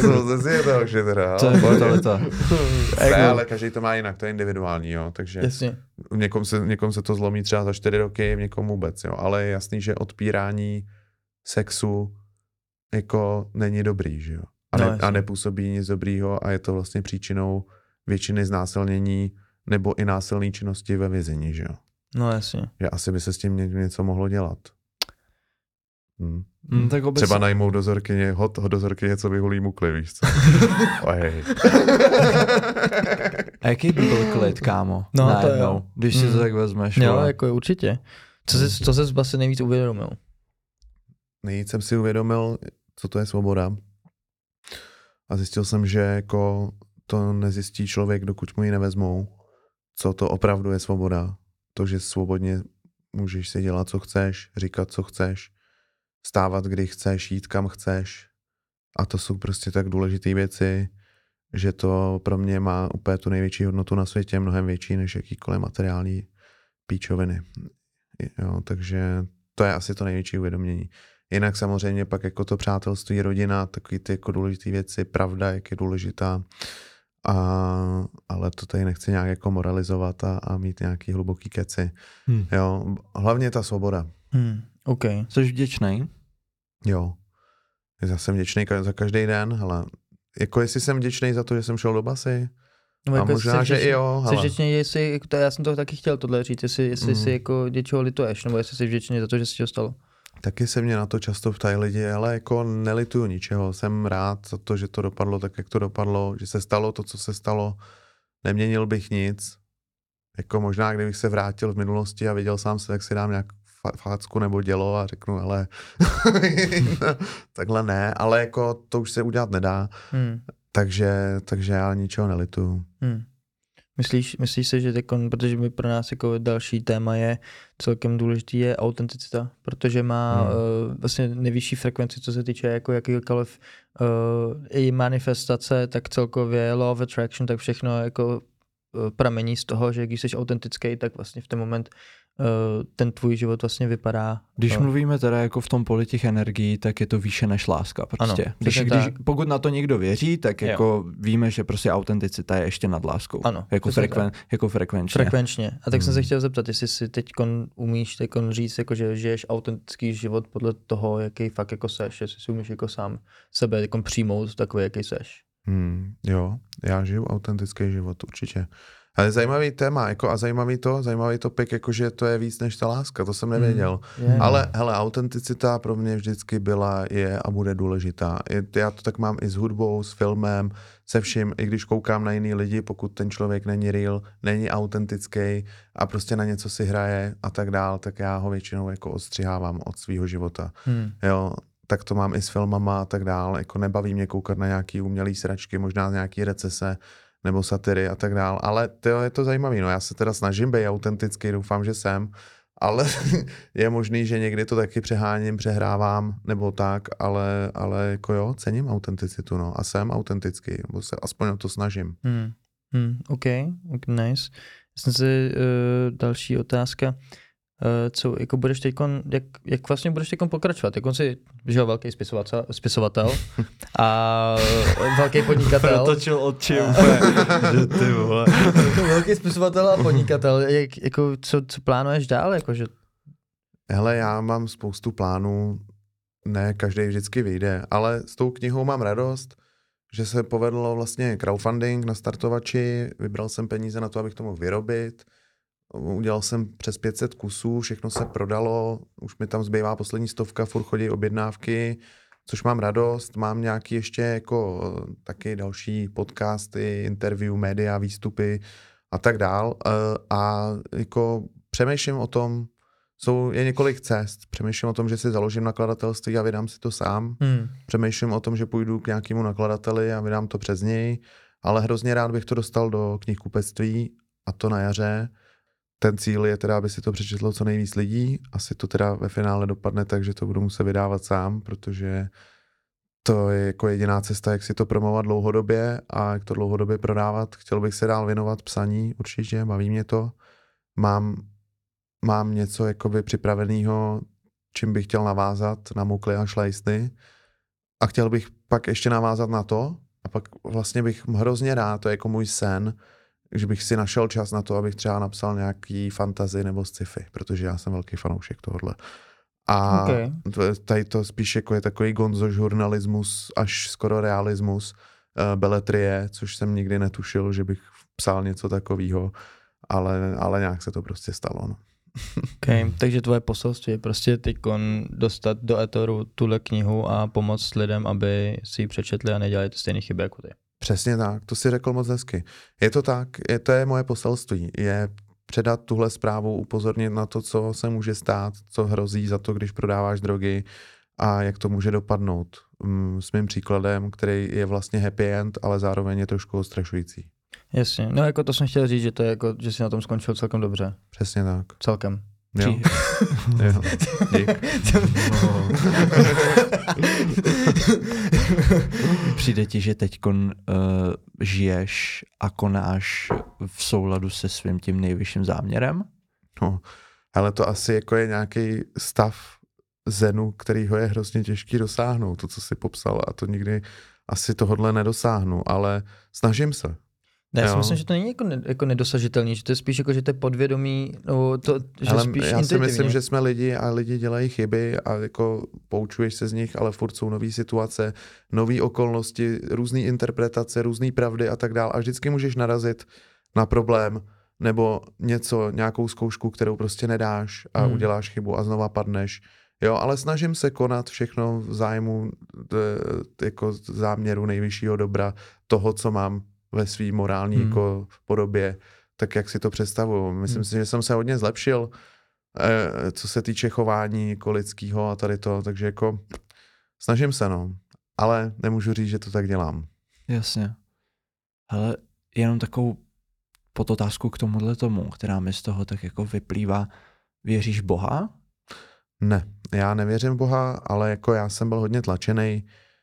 brutalita. Ne, ale každý to má jinak, to je individuální, jo, takže jasně. někom se to zlomí třeba za 4 roky, v někom vůbec, jo, ale je jasný, že odpírání sexu jako není dobrý, že jo, a nepůsobí nic dobrýho a je to vlastně příčinou většiny znásilnění nebo i násilné činnosti ve vězení, že jo. No jasně. Že asi by se s tím něco mohlo dělat. Tak obecně... Třeba najmou dozorkyně, dozorkyně, co vyhulí mukly, víš co? A jaký by byl klid, kámo? No to jo. Když si to tak vezmeš. Jo, jako určitě. Co jsi vlastně nejvíc uvědomil? Nejvíc jsem si uvědomil, co to je svoboda. A zjistil jsem, že jako to nezjistí člověk, dokud mu ji nevezmou. Co to opravdu je svoboda. To, že svobodně můžeš si dělat, co chceš, říkat, co chceš, stávat, kdy chceš, jít, kam chceš. A to jsou prostě tak důležité věci, že to pro mě má úplně tu největší hodnotu na světě, mnohem větší než jakýkoliv materiální píčoviny. Jo, takže to je asi to největší uvědomění. Jinak samozřejmě pak jako to přátelství, rodina, takový ty jako důležité věci, pravda, jak je důležitá. Ale to tady nechci nějak jako moralizovat a mít nějaký hluboký keci. Jo, hlavně ta svoboda. OK. Jsi vděčnej? Jo. Já jsem vděčnej za každý den, hele. Jako jestli jsem vděčnej za to, že jsem šel do basy. No, a jako možná, že i jo. Jsi vděčný, jestli, jako já jsem to taky chtěl tohle říct, jestli si jako něčeho lituješ, nebo jestli jsi vděčný za to, že se ti to stalo. Taky se mě na to často ptají lidi, ale jako nelituju ničeho. Jsem rád za to, že to dopadlo tak, jak to dopadlo, že se stalo to, co se stalo. Neměnil bych nic. Jako možná, kdybych se vrátil v minulosti a viděl sám se, tak si dám nějak facku nebo dělo a řeknu, ale takhle ne, ale jako to už se udělat nedá. Takže já ničeho nelituju. Myslíš si, že protože my pro nás jako další téma je celkem důležitý je autenticita, protože má vlastně nejvyšší frekvenci, co se týče jako jakýkoliv i manifestace, tak celkově law of attraction, tak všechno jako pramení z toho, že když jsi autentický, tak vlastně v ten moment ten tvůj život vlastně vypadá. Když mluvíme teda jako v tom poli těch energií, tak je to výše než láska prostě. Ano, pokud na to někdo věří, tak jako víme, že prostě autenticita je ještě nad láskou. Ano. Jako frekvenčně. Frekvenčně. A tak jsem se chtěl zeptat, jestli si teďkon umíš říct, jako, že žiješ autentický život podle toho, jaký fakt jako seš, jestli si umíš jako sám sebe jako přijmout takový, jaký seš. Jo, já žiju autentický život, určitě. Ale zajímavý téma, jako a zajímavý topik, jakože to je víc než ta láska, to jsem nevěděl. Ale hele, autenticita pro mě vždycky byla, je a bude důležitá. Já to tak mám i s hudbou, s filmem, se vším, i když koukám na jiný lidi, pokud ten člověk není real, není autentický a prostě na něco si hraje a tak dál, tak já ho většinou jako odstřihávám od svého života. Jo, tak to mám i s filmama a tak dál, jako nebaví mě koukat na nějaký umělý sračky, možná nějaký recese, nebo satiry a tak dál, ale je to zajímavý, no já se teda snažím být autentický, doufám, že jsem, ale je možný, že někdy to taky přeháním, přehrávám, nebo tak, ale jako jo, cením autenticitu, no a jsem autentický, nebo se aspoň o to snažím. OK, nice. Další otázka. Co jako budeš teďkon, jak vlastně budeš teďkon pokračovat? Jako si žil velký spisovatel A velký podnikatel. Protočil oči úplně, že ty vole. Velký spisovatel a podnikatel. Jako, co plánuješ dál? Jakože... Hele, já mám spoustu plánů, ne každý vždycky vyjde, ale s tou knihou mám radost, že se povedlo vlastně crowdfunding na startovači, vybral jsem peníze na to, abych to mohl vyrobit, udělal jsem přes 500 kusů, všechno se prodalo, už mi tam zbývá poslední 100, furt chodí objednávky, což mám radost, mám nějaký ještě jako taky další podcasty, interview, média, výstupy a tak dál a jako přemýšlím o tom, je několik cest. Přemýšlím o tom, že si založím nakladatelství a vydám si to sám. Přemýšlím o tom, že půjdu k nějakému nakladateli a vydám to přes něj, ale hrozně rád bych to dostal do knihkupectví a to na jaře. Ten cíl je teda, aby si to přečetlo co nejvíc lidí. Asi to teda ve finále dopadne tak, že to budu muset vydávat sám, protože to je jako jediná cesta, jak si to promovat dlouhodobě a jak to dlouhodobě prodávat. Chtěl bych se dál věnovat psaní, určitě, baví mě to. Mám něco jakoby připraveného, čím bych chtěl navázat na Mukly a šlejsty. A chtěl bych pak ještě navázat na to a pak vlastně bych hrozně rád, to je jako můj sen, že bych si našel čas na to, abych třeba napsal nějaký fantasy nebo sci-fi, protože já jsem velký fanoušek tohohle. A tady to spíš jako je takový gonzo žurnalismus až skoro realismus, beletrie, což jsem nikdy netušil, že bych psal něco takového, ale nějak se to prostě stalo. No. Okay, takže tvoje poselství je prostě teďkon dostat do etoru tuhle knihu a pomoct lidem, aby si ji přečetli a nedělali ty stejné chyby jako ty. Přesně tak, to si řekl moc hezky. Je to tak, to je moje poselství, je předat tuhle zprávu, upozornit na to, co se může stát, co hrozí za to, když prodáváš drogy a jak to může dopadnout. S mým příkladem, který je vlastně happy end, ale zároveň je trošku ostrašující. Jasně, no jako to jsem chtěl říct, že to je jako, že jsi na tom skončil celkem dobře. Přesně tak. Celkem. Jo. Jo. Dík. Přijde ti, že teďkon žiješ a konáš v souladu se svým tím nejvyšším záměrem? No, ale to asi jako je nějaký stav zenu, kterýho je hrozně těžký dosáhnout, to, co jsi popsal, a to nikdy asi tohodle nedosáhnu, ale snažím se. Ne, já si myslím, že to není jako nedosažitelný, že to je spíš jako, že to je podvědomí, no to, že ale spíš já si intuitivně. myslím, že jsme lidi a lidi dělají chyby a jako poučuješ se z nich, ale furt jsou nový situace, nový okolnosti, různý interpretace, různý pravdy a tak dál a vždycky můžeš narazit na problém nebo nějakou zkoušku, kterou prostě nedáš a uděláš chybu a znova padneš. Jo, ale snažím se konat všechno v zájmu jako záměru nejvyššího dobra, toho, co mám ve svý morální jako podobě, tak jak si to představuju. Myslím si, že jsem se hodně zlepšil, co se týče chování jako lidského a tady to, takže jako snažím se, no. Ale nemůžu říct, že to tak dělám. Jasně. Hele, jenom takovou podotázku k tomuhle tomu, která mi z toho tak jako vyplývá. Věříš Boha? Ne, já nevěřím Boha, ale jako já jsem byl hodně tlačený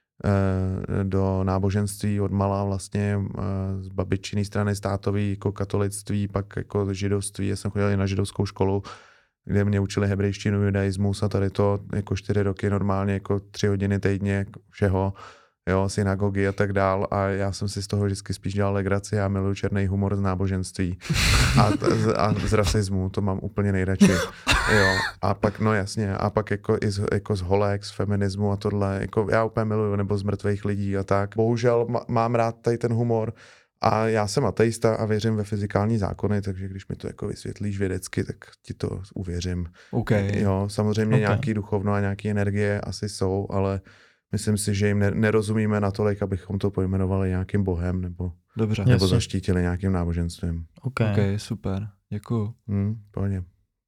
do náboženství odmala vlastně z babičiny strany státový, jako katolictví, pak jako židovství. Já jsem chodil i na židovskou školu, kde mě učili hebrejštinu, judaismus a tady to jako 4 roky normálně, jako 3 hodiny týdně všeho, jo, synagogy a tak dál a já jsem si z toho vždycky spíš dělal legraci, já miluji černý humor z náboženství a z rasismu, to mám úplně nejradši, jo, a pak, no jasně, a pak jako z holek, z feminismu a tohle, jako já úplně miluju, nebo z mrtvých lidí a tak. Bohužel mám rád tady ten humor a já jsem ateista a věřím ve fyzikální zákony, takže když mi to jako vysvětlíš vědecky, tak ti to uvěřím. Okay. Jo, samozřejmě nějaký duchovno a nějaký energie asi jsou, ale myslím si, že jim nerozumíme natolik, abychom to pojmenovali nějakým bohem nebo zaštítili nějakým náboženstvím. OK, super. Děkuju. Pohodě.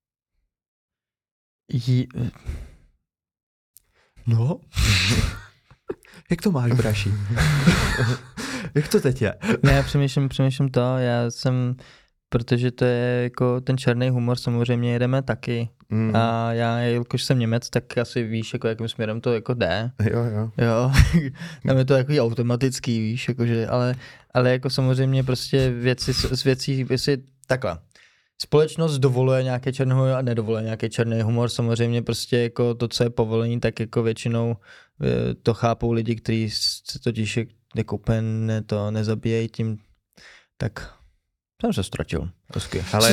No? Jak to máš, braši? Jak to teď je? Ne, přemýšlím to, já jsem, protože to je jako ten černý humor, samozřejmě jedeme taky. A já, jelikož jsem Němec, tak asi víš, jako jakým směrem to jako jde. Jo. Tam je to jako automatický, víš, jakože, ale jako samozřejmě prostě věci takhle. společnost dovoluje nějaké černý humor a nedovoluje nějaký černý humor. Samozřejmě prostě jako to, co je povolení, tak jako většinou to chápou lidi, kteří se totiž jako úplně nezabíjejí tím, tak jsem se ztratil. Ale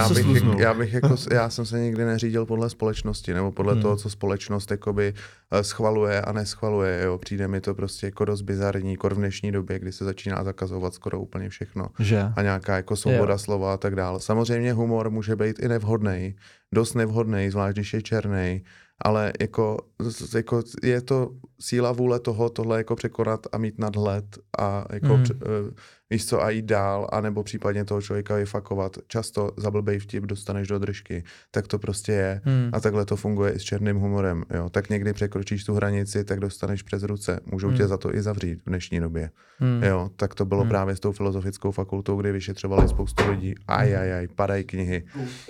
já jsem se nikdy neřídil podle společnosti, nebo podle toho, co společnost jakoby schvaluje a neschvaluje. Jo. Přijde mi to prostě jako dost bizarní, v dnešní době, kdy se začíná zakazovat skoro úplně všechno. Že? A nějaká jako svoboda slova a tak dále. Samozřejmě humor může být i nevhodnej, dost nevhodnej, zvlášť když je černej, ale jako je to síla vůle tohle jako překonat a mít nadhled a jako víš co, a jít dál, anebo případně toho člověka vyfakovat. Často za blbej vtip dostaneš do držky, tak to prostě je. A takhle to funguje i s černým humorem. Jo. Tak někdy překročíš tu hranici, tak dostaneš přes ruce. Můžou tě za to i zavřít v dnešní době. Jo, tak to bylo právě s tou filozofickou fakultou, kdy vyšetřovali spoustu lidí. Padají knihy.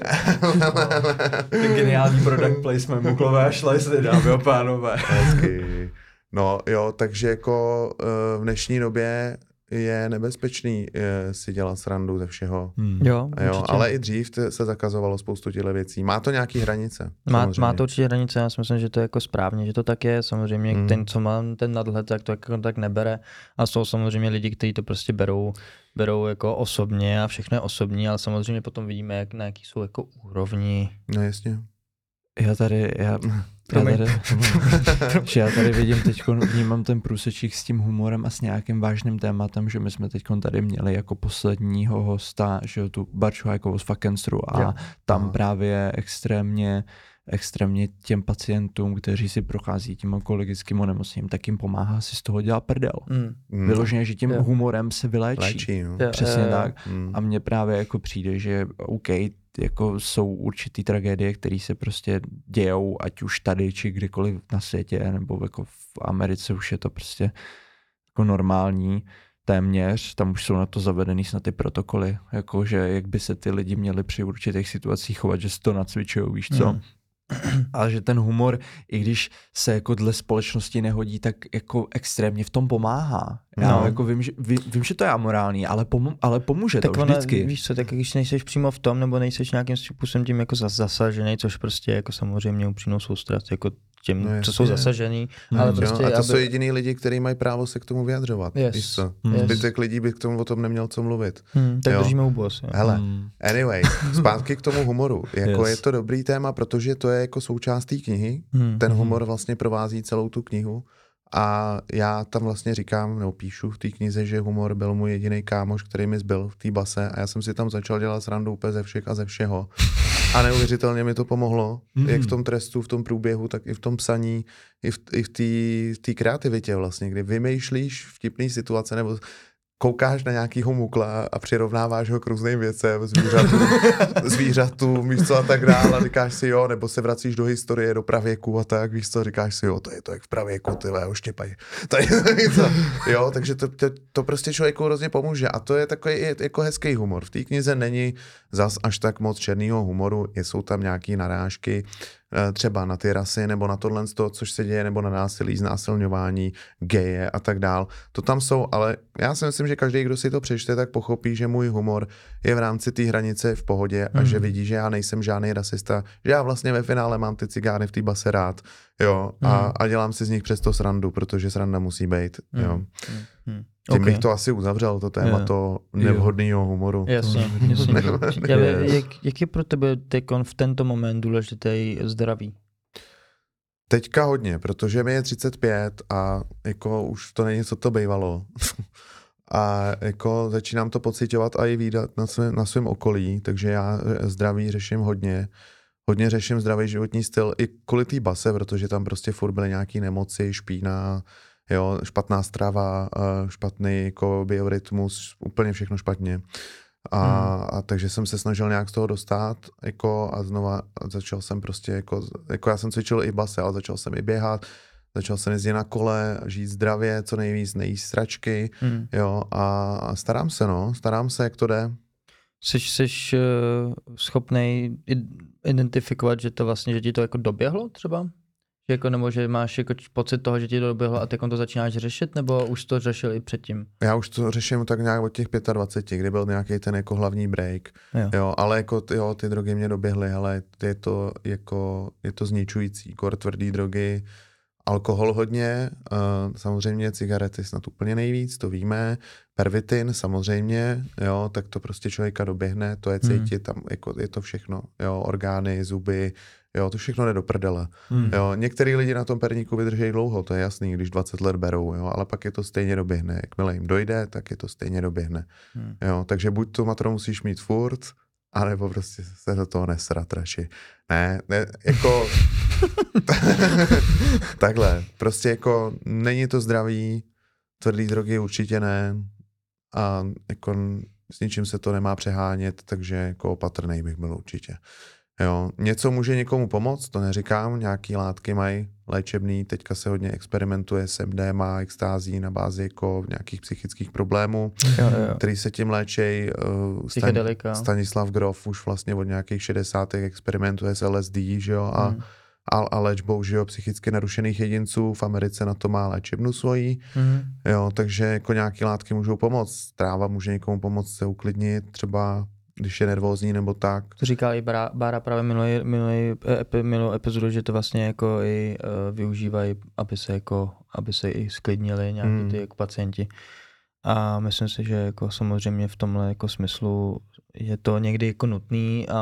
Geniální product placement, muklové šlejsty, dámy a pánové. No jo, takže jako v dnešní době je nebezpečný si dělat srandu ze všeho. Jo, ale i dřív se zakazovalo spoustu těchto věcí. Má to nějaký hranice? Má to určitě hranice, já si myslím, že to je jako správně, že to tak je. Samozřejmě ten, co má ten nadhled, tak to jako tak nebere. A jsou samozřejmě lidi, kteří to prostě berou jako osobně a všechno je osobní, ale samozřejmě potom vidíme, na jaký jsou jako úrovni. No jasně. Já tady vidím teď, vnímám ten průsečík s tím humorem a s nějakým vážným tématem, že my jsme teď tady měli jako posledního hosta, že tu Barču Hajkovou z Fakenstru a tam právě extrémně těm pacientům, kteří si prochází tím onkologickým onemocněním, tak jim pomáhá si z toho dělat prdel. Vyloženě, že tím humorem se vyléčí. Přesně tak. A mně právě jako přijde, že OK, jako jsou určitý tragédie, které se prostě dějou, ať už tady, či kdykoliv na světě, nebo jako v Americe už je to prostě jako normální téměř, tam už jsou na to zavedený snad ty protokoly, jakože jak by se ty lidi měli při určitých situacích chovat, že si to nacvičujou, víš co? Ale že ten humor, i když se jako dle společnosti nehodí, tak jako extrémně v tom pomáhá. Já jako vím, že to je amorální, ale pomůže tak to vždycky. Víš co, tak když nejseš přímo v tom, nebo nejseš nějakým způsobem tím jako zasažený, což prostě jako samozřejmě upřímnou soustrast jako těm, co jsou zasažený. Ale prostě, a to jsou jediný lidi, kteří mají právo se k tomu vyjadřovat. Víš co? Zbytek lidí by k tomu o tom neměl co mluvit. Tak držíme úbos. Hele, anyway, zpátky k tomu humoru. Jako je to dobrý téma, protože to je jako součást té knihy. Ten humor vlastně provází celou tu knihu. A já tam vlastně říkám, nebo píšu v té knize, že humor byl můj jediný kámoš, který mi zbyl v té base a já jsem si tam začal dělat srandu úplně ze všech a ze všeho. A neuvěřitelně mi to pomohlo, jak v tom trestu, v tom průběhu, tak i v tom psaní, i v té kreativitě vlastně, kdy vymýšlíš vtipný situace nebo koukáš na nějakýho mukla a přirovnáváš ho k různým věcem, zvířatům, víš co, a tak dále, a říkáš si jo, nebo se vracíš do historie, do pravěku a tak, víš co, říkáš si jo, to je to jak v pravěku, tyhle, oštěpají. Jo, takže to prostě člověku hrozně pomůže a to je takový jako hezký humor. V té knize není zas až tak moc černýho humoru, jsou tam nějaký narážky, třeba na ty rasy, nebo na tohle, což se děje, nebo na násilí, znásilňování, geje a tak dál. To tam jsou, ale já si myslím, že každý, kdo si to přečte, tak pochopí, že můj humor je v rámci té hranice v pohodě a že vidí, že já nejsem žádný rasista, že já vlastně ve finále mám ty cigány v té base rád, jo, a dělám si z nich přesto srandu, protože sranda musí být, jo. Tím bych to asi uzavřel, to téma to nevhodného humoru. Jasně. Jak je pro tebe v tento moment důležitý zdraví? Teďka hodně, protože mi je 35 a jako už to není, co to bývalo. A jako začínám to pociťovat a i vídat na svém okolí, takže já zdraví řeším hodně. Hodně řeším zdravý životní styl i kvůli té base, protože tam prostě furt byly nějaký nemoci, špína, jo, špatná strava, špatný jako biorytmus, úplně všechno špatně. A takže jsem se snažil nějak z toho dostat, jako a znova začal jsem prostě jako já jsem cvičil i base, ale začal jsem i běhat, začal jsem jezdit na kole, žít zdravě, co nejvíc, nejíst sračky, jo, a starám se, jak to jde. Jsi schopnej identifikovat, že to vlastně, že ti to jako doběhlo třeba? Že jako, nebo že máš jako pocit toho, že ti to doběhlo a ty to začínáš řešit, nebo už to řešil i předtím? Já už to řeším tak nějak od těch 25, kdy byl nějaký ten jako hlavní break. Jo, ale jako ty drogy mě doběhly, ale je to zničující. Kor tvrdý drogy, alkohol hodně, samozřejmě cigarety snad úplně nejvíc, to víme, pervitin samozřejmě, jo, tak to prostě člověka doběhne, to je cítit, tam jako je to všechno, jo, orgány, zuby, jo, to všechno jde do prdele. Jo, některý lidi na tom perníku vydrží dlouho, to je jasný, když 20 let berou, jo, ale pak je to stejně doběhne. Jakmile jim dojde, tak je to stejně doběhne. Jo, takže buď tu matru musíš mít furt, anebo prostě se do toho nesrat radši. Ne, jako takhle, prostě jako není to zdravý, tvrdý drogy určitě ne a jako s ničím se to nemá přehánět, takže jako opatrnej bych byl určitě. Jo, něco může někomu pomoct, to neříkám, nějaký látky mají léčebný, teďka se hodně experimentuje s MDMA, extází na bázi jako nějakých psychických problémů, který se tím léčej. Stanislav Grof už vlastně od nějakých 60. experimentuje s LSD, že jo, a léčbou, že jo, psychicky narušených jedinců, v Americe na to má léčebnu svojí, jo, takže jako nějaký látky můžou pomoct, tráva může někomu pomoct se uklidnit, třeba když je nervózní nebo tak. To říkal i Bára právě minulou epizodu, že to vlastně jako i využívají, aby se i sklidnili nějaký ty jako pacienti. A myslím si, že jako samozřejmě v tomhle jako smyslu je to někdy jako nutný a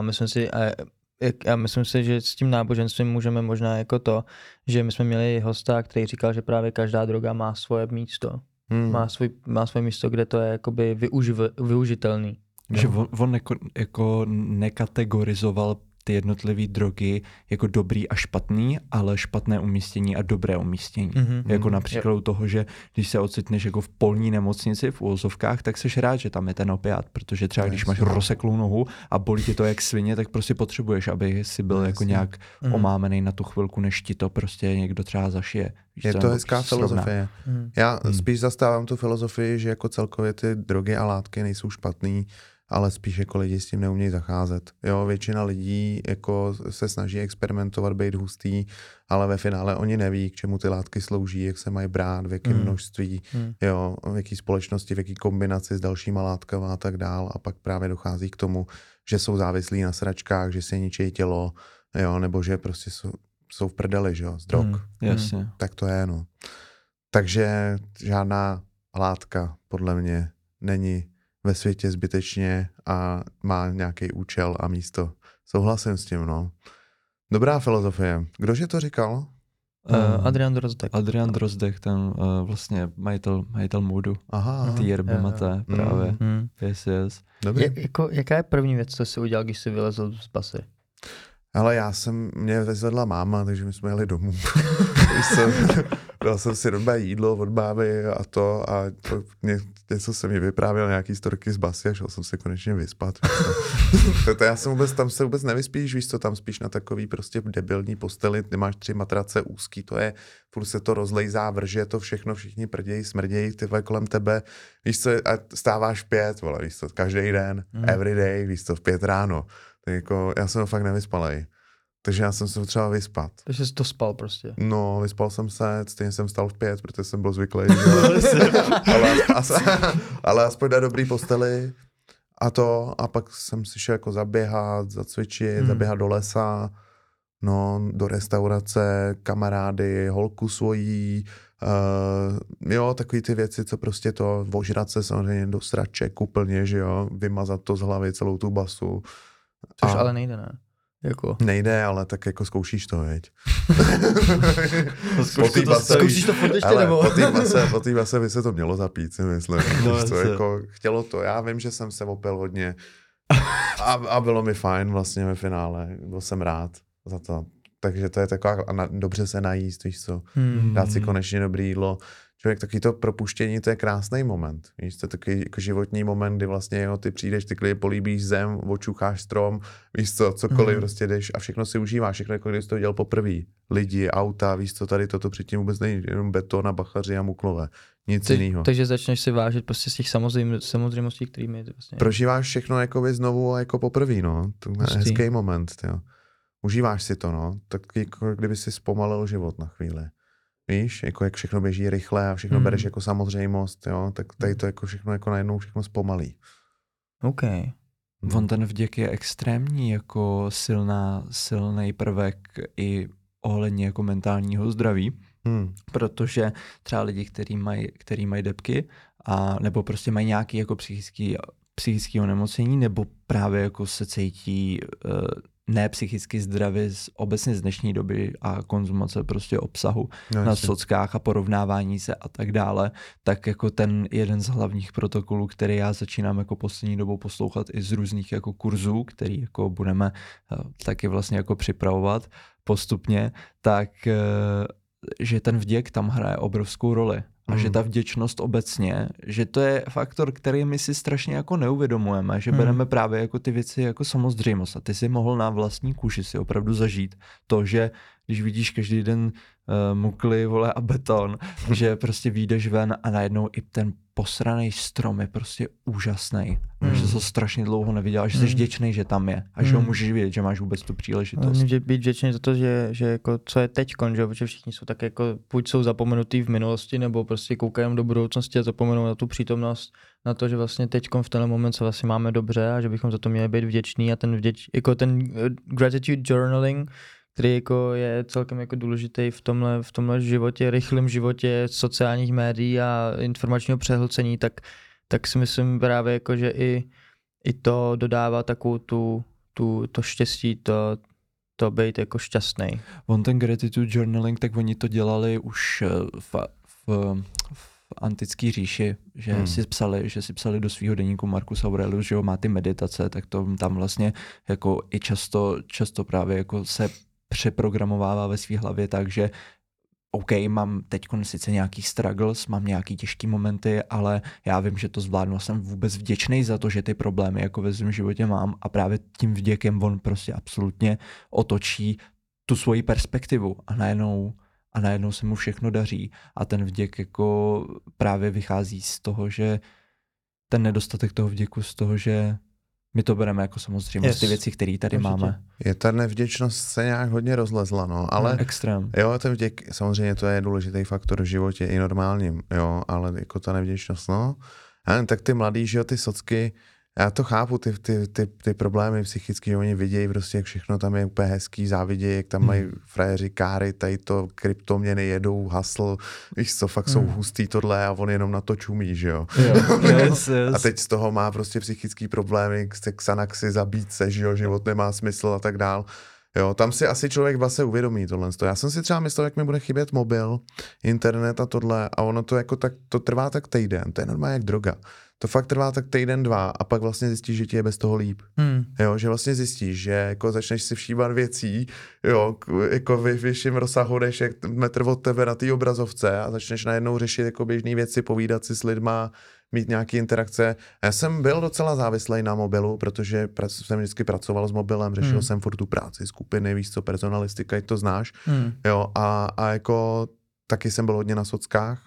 myslím si, že s tím náboženstvím můžeme možná jako to, že my jsme měli hosta, který říkal, že právě každá droga má svoje místo. Má svoje místo, kde to je jakoby využitelný. Že on jako nekategorizoval ty jednotlivé drogy jako dobrý a špatný, ale špatné umístění a dobré umístění. Jako například toho, že když se ocitneš jako v polní nemocnici v uvozovkách, tak seš rád, že tam je ten opiát, protože třeba když máš rozseklou nohu a bolí ti to jak svině, tak prostě potřebuješ, aby si byl jako nějak omámený na tu chvilku, než ti to prostě někdo třeba zašije. Je to hezká filozofie. Já spíš zastávám tu filozofii, že jako celkově ty drogy a látky nejsou špatný, ale spíš jako lidi s tím neumějí zacházet. Jo, většina lidí jako se snaží experimentovat, být hustý, ale ve finále oni neví, k čemu ty látky slouží, jak se mají brát, v jakém množství, jo, v jaký společnosti, v jaký kombinaci s dalšíma látkama a tak dál. A pak právě dochází k tomu, že jsou závislí na sračkách, že se ničí tělo, jo, nebo že prostě jsou v prdeli, že jo, z drog. Jasně. Tak to je, no. Takže žádná látka podle mě není ve světě zbytečně a má nějaký účel a místo. Souhlasím s tím, no. Dobrá filozofie. Kdože to říkal? Adrian Drozdek. Adrian Drozdek, ten vlastně majitel Moodu. Aha. Ty yerby maté právě. Yes. Jaká je první věc, co jsi udělal, když jsi vylezl z basy? Ale mě vezvedla máma, takže my jsme jeli domů. Dal jsem si dobré jídlo od mámy a něco se mi vyprávěl, nějaký storky z basy a šel jsem se konečně vyspat. Tam se vůbec nevyspíš, víš co, tam spíš na takový prostě debilní posteli, ty máš 3 matrace úzký, to je, furt se to rozlejzá, vrže to všechno, všichni prdějí, smrdějí, ty kolem tebe, víš co, a stáváš 5, vole, víš co, každý den, every day, víš co, v 5 ráno. Tak jako, já jsem fakt nevyspalej. Takže já jsem se potřeboval vyspat. Takže jsi to spal prostě. No, vyspal jsem se, stejně jsem vstal v 5, protože jsem byl zvyklý. ale aspoň na dobrý posteli a pak jsem si šel jako zaběhat, zacvičit, zaběhat do lesa, no, do restaurace, kamarády, holku svojí, jo, takový ty věci, co prostě to, ožrat se samozřejmě do sraček úplně, že jo, vymazat to z hlavy, celou tu basu. Což ale nejde, ne? Jako. Nejde, ale tak jako zkoušíš to, veď. Zkoušíš to furt ještě, nebo? Po té base by se to mělo zapít, si myslím. No, to jako, chtělo to, já vím, že jsem se opil hodně a bylo mi fajn vlastně ve finále, byl jsem rád za to. Takže to je taková, dobře se najíst, víš co, dát si konečně dobrý jídlo. Člověk, takový to propuštění, to je krásný moment. Víš, to je takový jako životní moment, kdy vlastně jo, ty přijdeš, ty klidně políbíš zem, očucháš strom, víš co, cokoliv prostě jdeš a všechno si užíváš, všechno jako když jsi to dělal poprvé. Lidi, auta, víš co, tady toto předtím vůbec není, jenom beton a bachaři a muklové. Nic jiného. Takže začneš si vážit prostě z těch samozřejmostí, kterými vlastně... Prožíváš všechno jakoby znovu a jako poprvé, no. To je hezký moment, jo. užíváš si to, no, tak jako kdyby si zpomalil život na chvíli. Víš, jako jak všechno běží rychle a všechno bereš jako samozřejmost, jo, tak tady to jako všechno jako najednou všechno zpomalí. OK. On ten vděk je extrémní, jako silný prvek i ohledně jako mentálního zdraví, protože třeba lidi, který mají depky a nebo prostě mají nějaký jako psychický onemocnění, nebo právě jako se cítí ne psychicky zdravě obecně z dnešní doby a konzumace prostě obsahu na sockách a porovnávání se a tak dále, tak jako ten jeden z hlavních protokolů, který já začínám jako poslední dobou poslouchat i z různých jako kurzů, který jako budeme taky vlastně jako připravovat postupně, tak že ten vděk tam hraje obrovskou roli. A že ta vděčnost obecně, že to je faktor, který my si strašně jako neuvědomujeme, že bereme právě jako ty věci jako samozřejmost. A ty si mohl na vlastní kůži si opravdu zažít to, že když vidíš každý den mukly, vole a beton, že prostě vyjdeš ven a najednou i ten posraný strom je prostě úžasný. Že jsi ho strašně dlouho neviděl a že jsi vděčný, že tam je a že ho můžeš vidět, že máš vůbec tu příležitost. Být vděčný za to, že jako co je teďkon, že protože všichni jsou tak jako buď jsou zapomenutý v minulosti, nebo prostě koukají do budoucnosti a zapomenou na tu přítomnost, na to, že vlastně teďkon v tenhle moment se vlastně máme dobře a že bychom za to měli být vděční a ten gratitude journaling, který jako je celkem jako důležitý v tomhle životě, rychlém životě sociálních médií a informačního přehlcení, tak si myslím právě jako, že i to dodává takovou to štěstí, to být jako šťastný. On ten gratitude journaling, tak oni to dělali už v antické říši, že si psali do svého deníku Marcus Aurelius, že má ty meditace, tak to tam vlastně jako i často právě jako se přeprogramovává ve své hlavě tak, že OK, mám teď sice nějaký struggles, mám nějaký těžký momenty, ale já vím, že to zvládnu a jsem vůbec vděčný za to, že ty problémy jako ve svém životě mám a právě tím vděkem on prostě absolutně otočí tu svoji perspektivu a najednou se mu všechno daří a ten vděk jako právě vychází z toho, že ten nedostatek toho vděku z toho, že my to bereme jako samozřejmě ty věci, které tady máme. Je ta nevděčnost se nějak hodně rozlezla, no, ale extrém. Jo, ten vděk, samozřejmě to je důležitý faktor v životě i normálním, jo, ale jako ta nevděčnost, no. Tak ty mladý, že jo, ty socky, já to chápu, ty problémy psychické, že oni vidějí prostě, jak všechno tam je úplně hezký, závidějí, jak tam mají frajeři káry, tady to kryptoměny jedou, hasl, víš co, fakt jsou hustý tohle a on jenom na to čumí, že jo. Yes. A teď z toho má prostě psychický problémy, Xanaxy, zabít se, že jo, život nemá smysl a tak dál. Jo, tam si asi člověk vlastně uvědomí tohle. Já jsem si třeba myslel, jak mi bude chybět mobil, internet a tohle a ono to jako tak, to trvá tak týden, to je normálně jak droga. To fakt trvá tak týden, 2 a pak vlastně zjistíš, že ti je bez toho líp. Jo, že vlastně zjistíš, že jako začneš si všímat věcí, jo, jako v vyšším rozsahu, než jak metr od tebe na té obrazovce a začneš najednou řešit jako běžné věci, povídat si s lidma, mít nějaké interakce. Já jsem byl docela závislý na mobilu, protože jsem vždycky pracoval s mobilem, řešil jsem furt tu práci, skupiny, víš co, personalistika, to znáš. Jo, a jako taky jsem byl hodně na sockách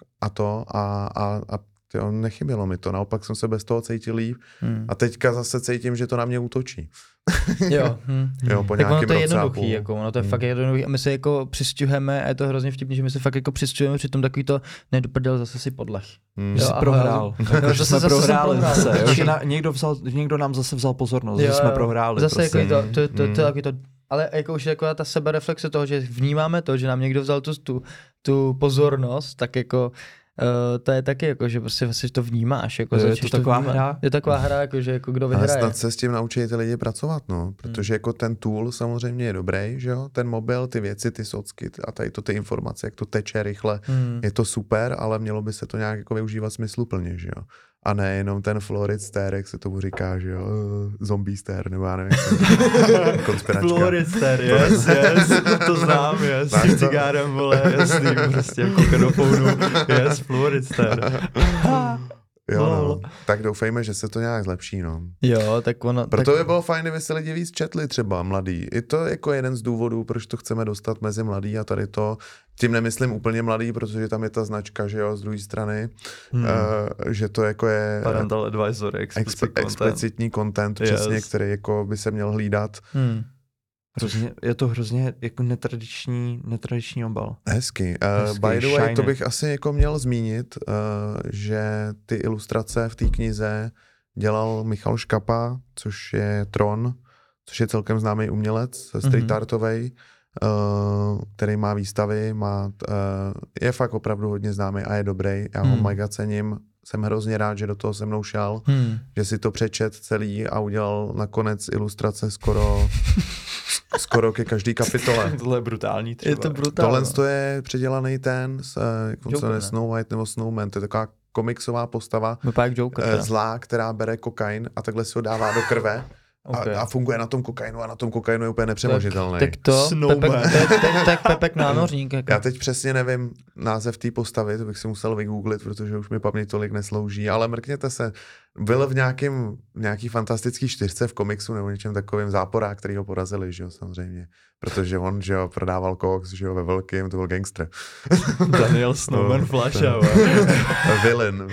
a jo, nechybělo mi to, naopak jsem se bez toho cítil líp a teďka zase cítím, že to na mě útočí. Jo. Jo, po tak ono to je roce jednoduchý, jako, ono to je fakt jednoduchý a my se jako přistěhujeme a je to hrozně vtipný, že my se fakt jako přistěhujeme při tom takový to nedoprdel zase si podlech. Že jsi prohrál. Že jsme prohráli zase. Někdo nám zase vzal pozornost, že jsme prohráli. Zase jako to, ale jako už jako ta sebereflexe toho, že vnímáme to, že nám někdo vzal tu pozornost, tak jako to je taky jako, že prostě vlastně to vnímáš. Jako je to taková hra? Je taková hra, jako, že jako kdo vyhraje. Ale snad se s tím naučí ty lidi pracovat, no. Protože jako ten tool samozřejmě je dobrý, že jo. Ten mobil, ty věci, ty socky a tady to ty informace, jak to teče rychle, je to super, ale mělo by se to nějak jako využívat smysluplně, že jo. A ne jenom ten Florid Stare, jak se tomu říká, že jo, zombie stare, nebo já nevím, konspiračka. Florid Stare, yes, to znám, yes, s tím cigárem, vole, jasný, prostě jako kokenofounu, yes, Florid Stare. Jo, no. Tak doufejme, že se to nějak zlepší, no. Jo, tak ono... Proto by bylo fajn, kdyby se lidi víc četli třeba mladí. I to jako jeden z důvodů, proč to chceme dostat mezi mladí a tady to, tím nemyslím úplně mladý, protože tam je ta značka, že jo, z druhé strany, že to jako je... Parental advisory, explicitní content, přesně, který jako by se měl hlídat. Je to hrozně jako netradiční obal. Hezky. By the way, to bych asi jako měl zmínit, že ty ilustrace v té knize dělal Michal Škapa, což je Tron, což je celkem známý umělec, street artovej, který má výstavy, je fakt opravdu hodně známý a je dobrý. Já ho mega cením. Jsem hrozně rád, že do toho se mnou šel, že si to přečet celý a udělal nakonec ilustrace skoro ke každý kapitole. Tohle je brutální třeba. Je to brutální. Tohle je předělaný ten, Snow White nebo Snowman, to je taková komiksová postava zlá, která bere kokain a takhle si ho dává do krve. Okay. A funguje na tom kokainu a na tom kokainu je úplně nepřemožitelný. Tak to, Pepek námořník. Jako. Já teď přesně nevím název té postavy, to bych si musel vygooglit, protože už mi paměť tolik neslouží, ale mrkněte se. Byl v nějaký fantastický 4 v komiksu nebo něčem takovým Záporák, který ho porazili, že jo, samozřejmě. Protože on, že jo, prodával koks, že jo, ve velkým, to byl gangster. Daniel Snowman Flasha. Villain.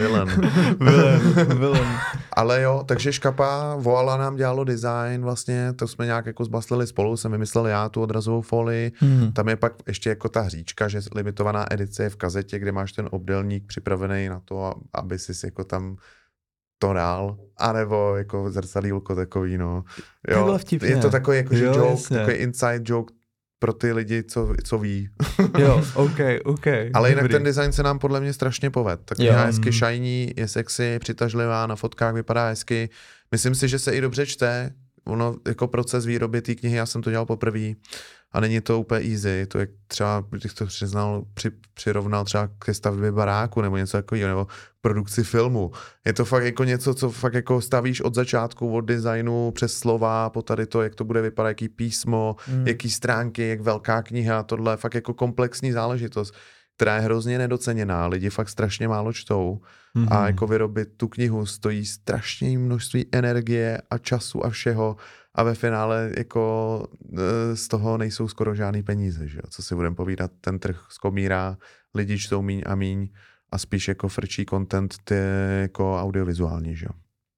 Ale jo, takže Škapa Voala nám dělalo design vlastně, to jsme nějak jako zbaslili spolu, jsem vymyslel já tu odrazovou folii. Tam je pak ještě jako ta hříčka, že limitovaná edice je v kazetě, kde máš ten obdélník připravený na to, aby si jako tam to dál, anebo jako zrcadýlko takový, no. Jo, je to takový jako joke, jasně. Takový inside joke pro ty lidi, co ví. Jo, OK. Ale jinak ten design se nám podle mě strašně povedl. Tak je hezky shiny, je sexy, přitažlivá, na fotkách vypadá hezky. Myslím si, že se i dobře čte. Ono jako proces výroby té knihy, já jsem to dělal poprvé a není to úplně easy. To je třeba, když to přirovnal třeba ke stavbě baráku nebo něco takového, nebo produkci filmu. Je to fakt jako něco, co fakt jako stavíš od začátku, od designu přes slova, po tady to, jak to bude vypadat, jaký písmo, jaký stránky, jak velká kniha, tohle je fakt jako komplexní záležitost, která je hrozně nedoceněná. Lidi fakt strašně málo čtou a jako vyrobit tu knihu stojí strašně množství energie a času a všeho a ve finále jako z toho nejsou skoro žádný peníze, že jo? Co si budeme povídat, ten trh skomírá, lidi čtou míň a míň a spíš jako frčí content jako audiovizuální, že jo.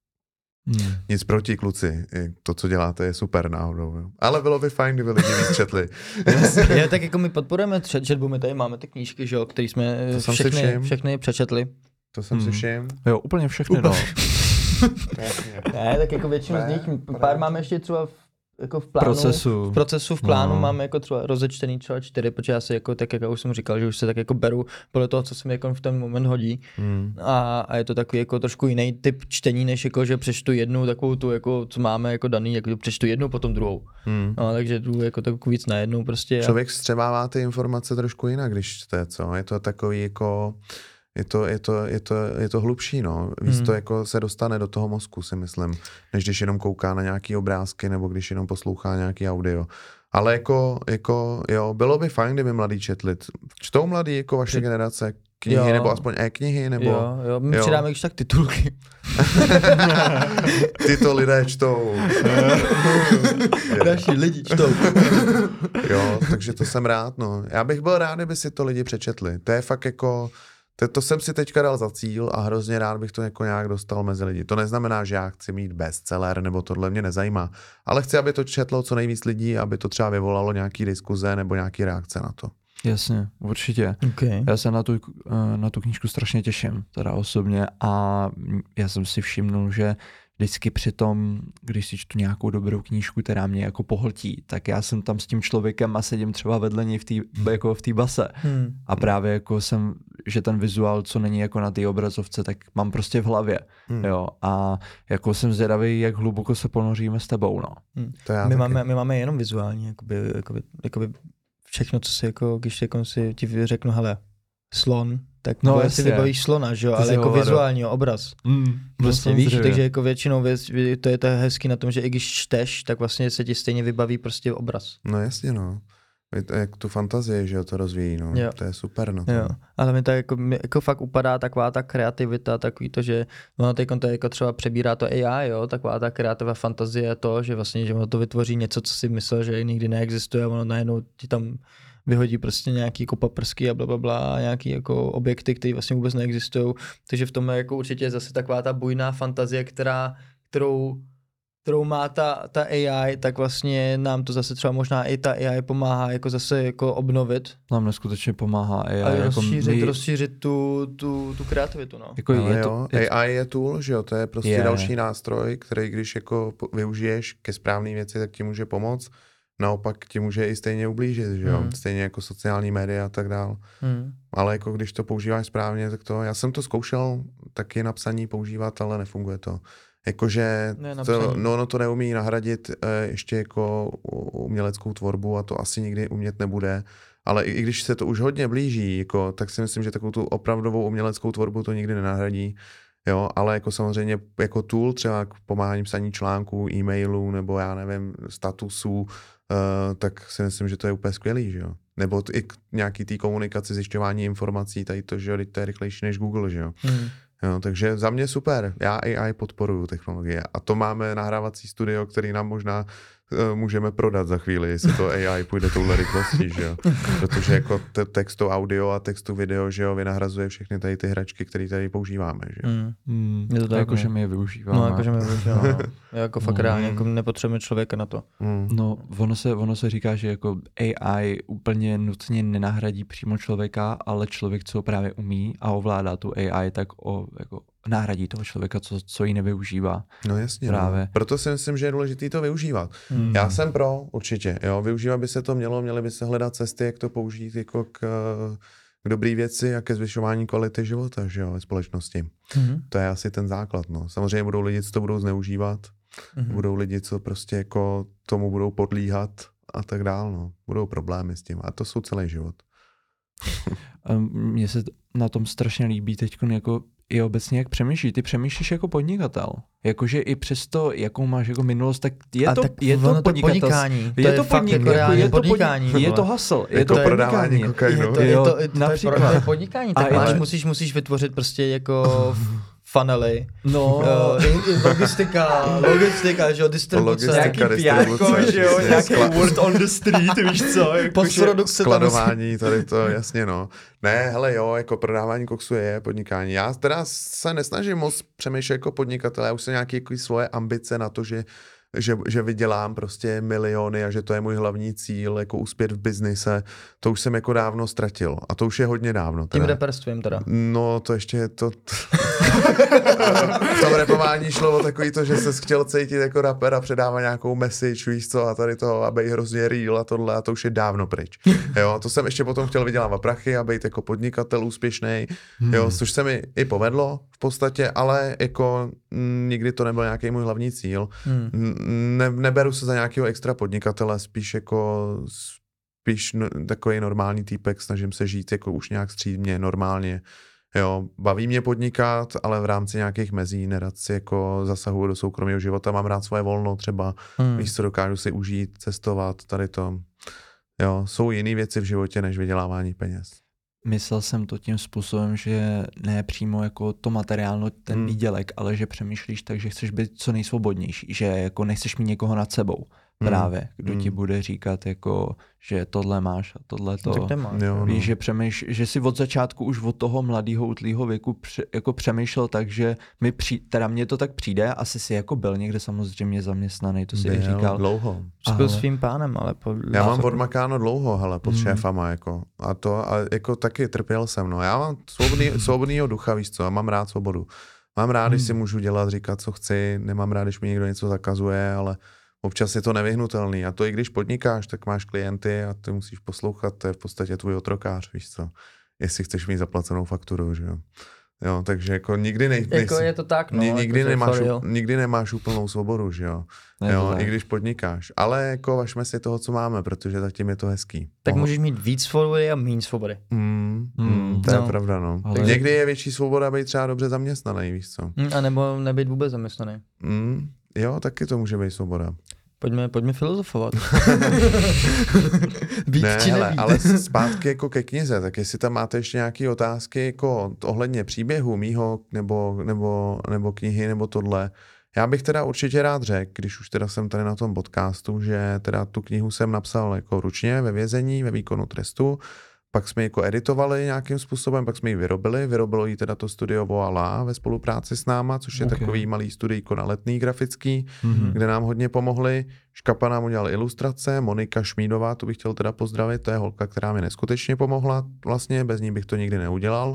Nic proti, kluci, to, co děláte, je super náhodou, jo. Ale bylo by fajn, kdyby lidi víc četli. Je, tak jako my podporujeme četbu, my tady máme ty knížky, že jo, které jsme všechny přečetli. To jsem si všiml. Jo, úplně všechny, no. Ne, tak jako většinu z nich, pár máme ještě třeba v procesu, v plánu máme jako třeba rozečtený třeba 4, protože já si jako, tak jak už jsem říkal, že už se tak jako beru podle toho, co se mi jako v ten moment hodí. A je to takový jako trošku jiný typ čtení, než jako, že přečtu jednu takovou tu, jako, co máme jako daný, jako přečtu jednu, potom druhou. No, takže jdu jako tak víc na jednu prostě. Člověk střebává ty informace trošku jinak, když čte, co? Je to takový jako... Je to hlubší, no. Víc to jako se dostane do toho mozku, si myslím, než když jenom kouká na nějaký obrázky nebo když jenom poslouchá nějaký audio. Ale jako jo, bylo by fajn, kdyby mladí četli. Čtou mladí jako vaše generace knihy, nebo aspoň e-knihy, nebo... Jo, my přidáme už tak titulky. Ty to lidé čtou. Naši lidi čtou. Jo, takže to jsem rád, no. Já bych byl rád, kdyby si to lidi přečetli. To je fakt jako... To jsem si teďka dal za cíl a hrozně rád bych to jako nějak dostal mezi lidi. To neznamená, že já chci mít bestseller, nebo tohle mě nezajímá, ale chci, aby to četlo co nejvíc lidí, aby to třeba vyvolalo nějaký diskuze nebo nějaký reakce na to. Jasně, určitě. Okay. Já se na tu knížku strašně těším, teda osobně, a já jsem si všimnul, že vždycky při tom, když si čtu nějakou dobrou knížku, která mě jako pohltí, tak já jsem tam s tím člověkem a sedím třeba vedle něj v té base. A právě jako že ten vizuál, co není jako na té obrazovce, tak mám prostě v hlavě. Jo? A jako jsem zvědavý, jak hluboko se ponoříme s tebou. No. My máme jenom vizuální, jakoby všechno, co si jako, když jako si ti řeknu, hele, slon, tak si vybavíš slona, že jo, ale jako vizuální obraz. Vlastně víš, takže jako většinou to je hezký na tom, že i když čteš, tak vlastně se ti stejně vybaví prostě obraz. No jasně, no. Jak tu fantazii, že jo, to rozvíjí, no. Jo. To je super, no. Jo. Ale mi to jako fakt upadá taková ta kreativita, takový to, že ono teď to jako třeba přebírá to AI, jo, taková ta kreativita fantazie to, že vlastně, že ono to vytvoří něco, co si myslel, že nikdy neexistuje a ono najednou ti tam vyhodí prostě nějaký jako paprsky a blablabla, nějaký jako objekty, které vlastně vůbec neexistují. Takže v tom je jako určitě zase taková ta bujná fantazie, kterou kterou má ta AI, tak vlastně nám to zase třeba možná i ta AI pomáhá jako zase jako obnovit. Nám neskutečně pomáhá AI. A jako rozšířit tu kreativitu, no. Jako AI je tool, že jo, to je prostě další nástroj, který když jako využiješ ke správné věci, tak ti může pomoct. Naopak ti může i stejně ublížit, že jo, stejně jako sociální média a tak dál. Ale jako když to používáš správně, tak to, já jsem to zkoušel taky na psaní používat, ale nefunguje to. Jakože to neumí nahradit ještě jako uměleckou tvorbu a to asi nikdy umět nebude. Ale i když se to už hodně blíží, jako, tak si myslím, že takovou tu opravdovou uměleckou tvorbu to nikdy nenahradí. Jo, ale jako samozřejmě jako tool třeba k pomáhání psaní článků, e-mailů nebo já nevím, statusů, tak si myslím, že to je úplně skvělý, že jo. Nebo i k nějaký té komunikaci, zjišťování informací, tady to, že jo, to je rychlejší než Google, že jo. Jo, takže za mě super, já AI podporuju technologie a to máme nahrávací studio, který nám možná můžeme prodat za chvíli, jestli to AI půjde touhle rychlostí, že jo. Protože jako textu audio a textu video, že jo, vynahrazuje všechny tady ty hračky, které tady používáme, že jo. Je to tak, jako, že my je využíváme. No, jako, že my je využíváme. Jako fakt reálně, jako nepotřebujeme člověka na to. No, ono se říká, že jako AI úplně nutně nenahradí přímo člověka, ale člověk, co právě umí a ovládá tu AI, tak jako nahradí toho člověka, co ji nevyužívá. No jasně, právě. No. Proto si myslím, že je důležité to využívat. Já jsem pro, určitě, jo, využívat by se to měly by se hledat cesty, jak to použít jako k dobrý věci a ke zvyšování kvality života, že jo, ve společnosti. To je asi ten základ, no. Samozřejmě budou lidi, co to budou zneužívat, budou lidi, co prostě jako tomu budou podlíhat a tak dál, no. Budou problémy s tím a to jsou celý život. Mně se na tom strašně líbí teď jako i obecně, jak přemýšlíš. Ty přemýšlíš jako podnikatel. Jakože i přesto, jakou máš jako minulost, tak je to podnikání. Je to podnikání. Je to hustle. Je to prodávání kokainu. To je podnikání. Tak musíš vytvořit prostě jako funnely. No. Logistika, že jo, distribuce. Nějaký pijárko, že jo, nějaký word on the street, víš co. Postprodukce. Skladování, tady to, jasně no. Ne, hele jo, jako prodávání koksu je podnikání. Já teda se nesnažím moc přemýšlet jako podnikatel, já už jsem nějaké jako svoje ambice na to, že vydělám prostě miliony a že to je můj hlavní cíl, jako uspět v biznise, to už jsem jako dávno ztratil. A to už je hodně dávno. Tím raperstvím teda. No, to ještě je to... V tom rapování šlo o takový to, že se chtěl cítit jako rapper a předávat nějakou message, víš co, a tady to, a být hrozně real a tohle, a to už je dávno pryč. Jo, to jsem ještě potom chtěl vydělávat prachy a být jako podnikatel úspěšnej, jo, což se mi i povedlo v podstatě, ale jako nikdy to nebyl nějaký můj hlavní cíl. Neberu se za nějakého extra podnikatele, spíš takový normální týpek, snažím se žít jako už nějak střídmě, normálně. Jo, baví mě podnikat, ale v rámci nějakých mezí, nerad si jako zasahuju do soukromého života, mám rád svoje volno třeba, víš co, dokážu si užít, cestovat, tady to. Jo, jsou jiné věci v životě, než vydělávání peněz. Myslel jsem to tím způsobem, že ne přímo jako to materiálno, ten výdělek, ale že přemýšlíš tak, že chceš být co nejsvobodnější, že jako nechceš mít někoho nad sebou právě, kdo ti bude říkat jako, že tohle máš a tohle to. Tak máš. Jo, víš, že jsi od začátku už od toho mladého útlýho věku jako přemýšlel tak, že mně to tak přijde, asi si jako byl někde samozřejmě zaměstnaný, to si i říkal. Dlouho. Byl svým pánem, ale já mám odmakáno dlouho, hele, pod šéfama, jako. A jako taky trpěl jsem, no. Já mám svobodnýho ducha, víš co, mám rád svobodu. Mám rád, když si můžu dělat, říkat, co chci, nemám rád, když mi někdo něco zakazuje, ale občas je to nevyhnutelný. A to i když podnikáš, tak máš klienty a ty musíš poslouchat, to je v podstatě tvůj otrokář, víš co. Jestli chceš mít zaplacenou fakturu, že jo. Jo, takže jako nikdy jako je to tak, no. Nikdy nemáš úplnou svobodu, že jo. Jo, i když podnikáš. Ale jako važme si toho, co máme, protože zatím je to hezký. Tak můžeš mít víc svobody a méně svobody. To je pravda, no. Ale... Někdy je větší svoboda být třeba dobře zaměstnaný, víš co. A nebo nebýt vůbec zaměstnaný. Jo, taky to může být svoboda. Pojďme filozofovat. Ne, hele, ale zpátky jako ke knize, tak jestli tam máte ještě nějaké otázky jako ohledně příběhu mýho, nebo knihy, nebo tohle. Já bych teda určitě rád řekl, když už teda jsem tady na tom podcastu, že teda tu knihu jsem napsal jako ručně ve vězení, ve výkonu trestu, Pak jsme ji jako editovali nějakým způsobem, pak jsme ji vyrobili. Vyrobilo ji teda to studio Voila ve spolupráci s náma, což je takový malý studijko na Letný grafický, kde nám hodně pomohli. Škapa nám udělal ilustrace, Monika Šmídová, tu bych chtěl teda pozdravit, to je holka, která mi neskutečně pomohla, vlastně bez ní bych to nikdy neudělal.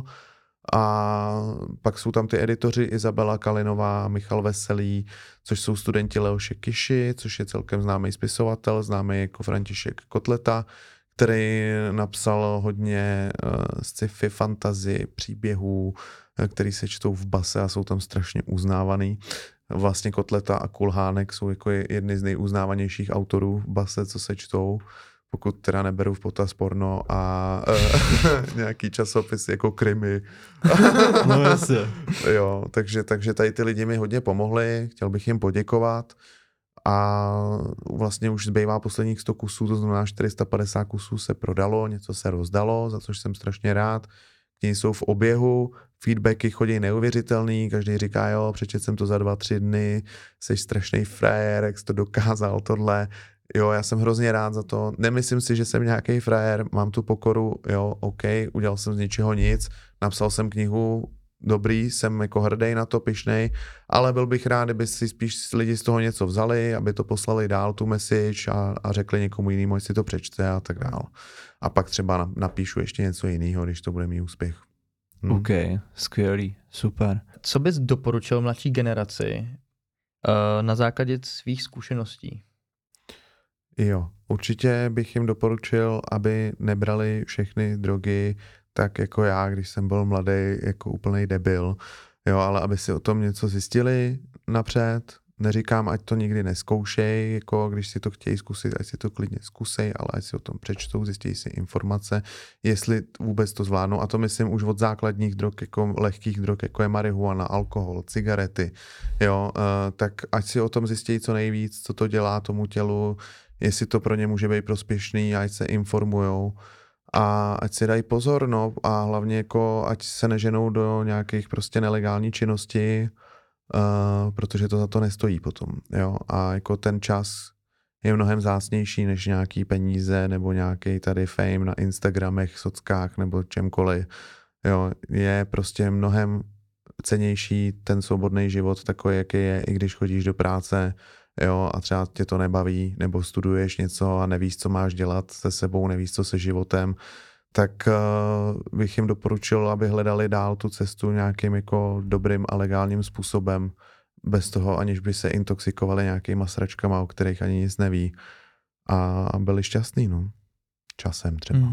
A pak jsou tam ty editoři Izabela Kalinová, Michal Veselý, což jsou studenti Leoše Kiši, což je celkem známý spisovatel, známý jako František Kotleta, který napsal hodně sci-fi, fantasy, příběhů, který se čtou v base a jsou tam strašně uznávaný. Vlastně Kotleta a Kulhánek jsou jako jedny z nejuznávanějších autorů v base, co se čtou, pokud teda neberu v potaz porno a nějaký časopis jako krimi. No jasně. Jo, takže tady ty lidi mi hodně pomohli, chtěl bych jim poděkovat. A vlastně už zbývá posledních 100 kusů, to znamená 450 kusů se prodalo, něco se rozdalo, za což jsem strašně rád. Knihy jsou v oběhu, feedbacky chodí neuvěřitelný, každý říká, jo, přečet jsem to za 2-3 dny, jsi strašný frajer, jak jsi to dokázal, tohle. Jo, já jsem hrozně rád za to. Nemyslím si, že jsem nějaký frajer, mám tu pokoru, jo, OK, udělal jsem z ničeho nic, napsal jsem knihu, dobrý, jsem jako hrdý na to, pyšnej, ale byl bych rád, kdyby si spíš lidi z toho něco vzali, aby to poslali dál tu message a řekli někomu jinému, jestli to přečte a tak dál. A pak třeba napíšu ještě něco jiného, když to bude mít úspěch. OK, skvělý, super. Co bys doporučil mladší generaci na základě svých zkušeností? Jo, určitě bych jim doporučil, aby nebrali všechny drogy tak jako já, když jsem byl mladý, jako úplnej debil, jo, ale aby si o tom něco zjistili napřed. Neříkám, ať to nikdy neskoušej, jako když si to chtějí zkusit, ať si to klidně zkusej, ale ať si o tom přečtou, zjistí si informace, jestli vůbec to zvládnou. A to myslím už od základních drog, jako lehkých drog, jako je marihuana, alkohol, cigarety, jo, tak ať si o tom zjistí co nejvíc, co to dělá tomu tělu, jestli to pro ně může být prospěšný, ať se informujou. A ať si dají pozor, no, a hlavně jako ať se neženou do nějakých prostě nelegální činnosti, protože to za to nestojí potom, jo. A jako ten čas je mnohem vzácnější než nějaký peníze nebo nějaký tady fame na Instagramech, sockách nebo čemkoliv, jo. Je prostě mnohem cennější ten svobodný život takový, jaký je, i když chodíš do práce, jo, a třeba tě to nebaví, nebo studuješ něco a nevíš, co máš dělat se sebou, nevíš, co se životem, tak bych jim doporučil, aby hledali dál tu cestu nějakým jako dobrým a legálním způsobem, bez toho, aniž by se intoxikovali nějakýma sračkama, o kterých ani nic neví. A byli šťastný, no. Časem třeba.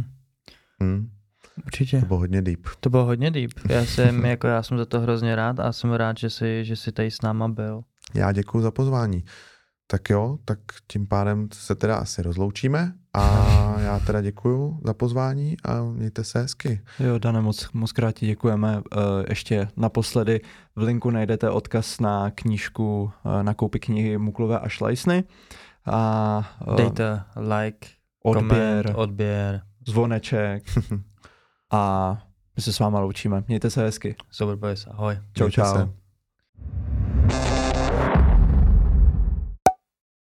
Určitě. To bylo hodně deep. To bylo hodně deep. Já jsem za to hrozně rád a jsem rád, že jsi tady s náma byl. Já děkuju za pozvání. Tak jo, tak tím pádem se teda asi rozloučíme a já teda děkuju za pozvání a mějte se hezky. Jo, Dane, moc krát ti děkujeme. Ještě naposledy v linku najdete odkaz na knížku, na koupi knihy Muklové a Šlajsny. A dejte like, odběr, zvoneček a my se s váma loučíme. Mějte se hezky. Sober boys, ahoj. Čau. Se.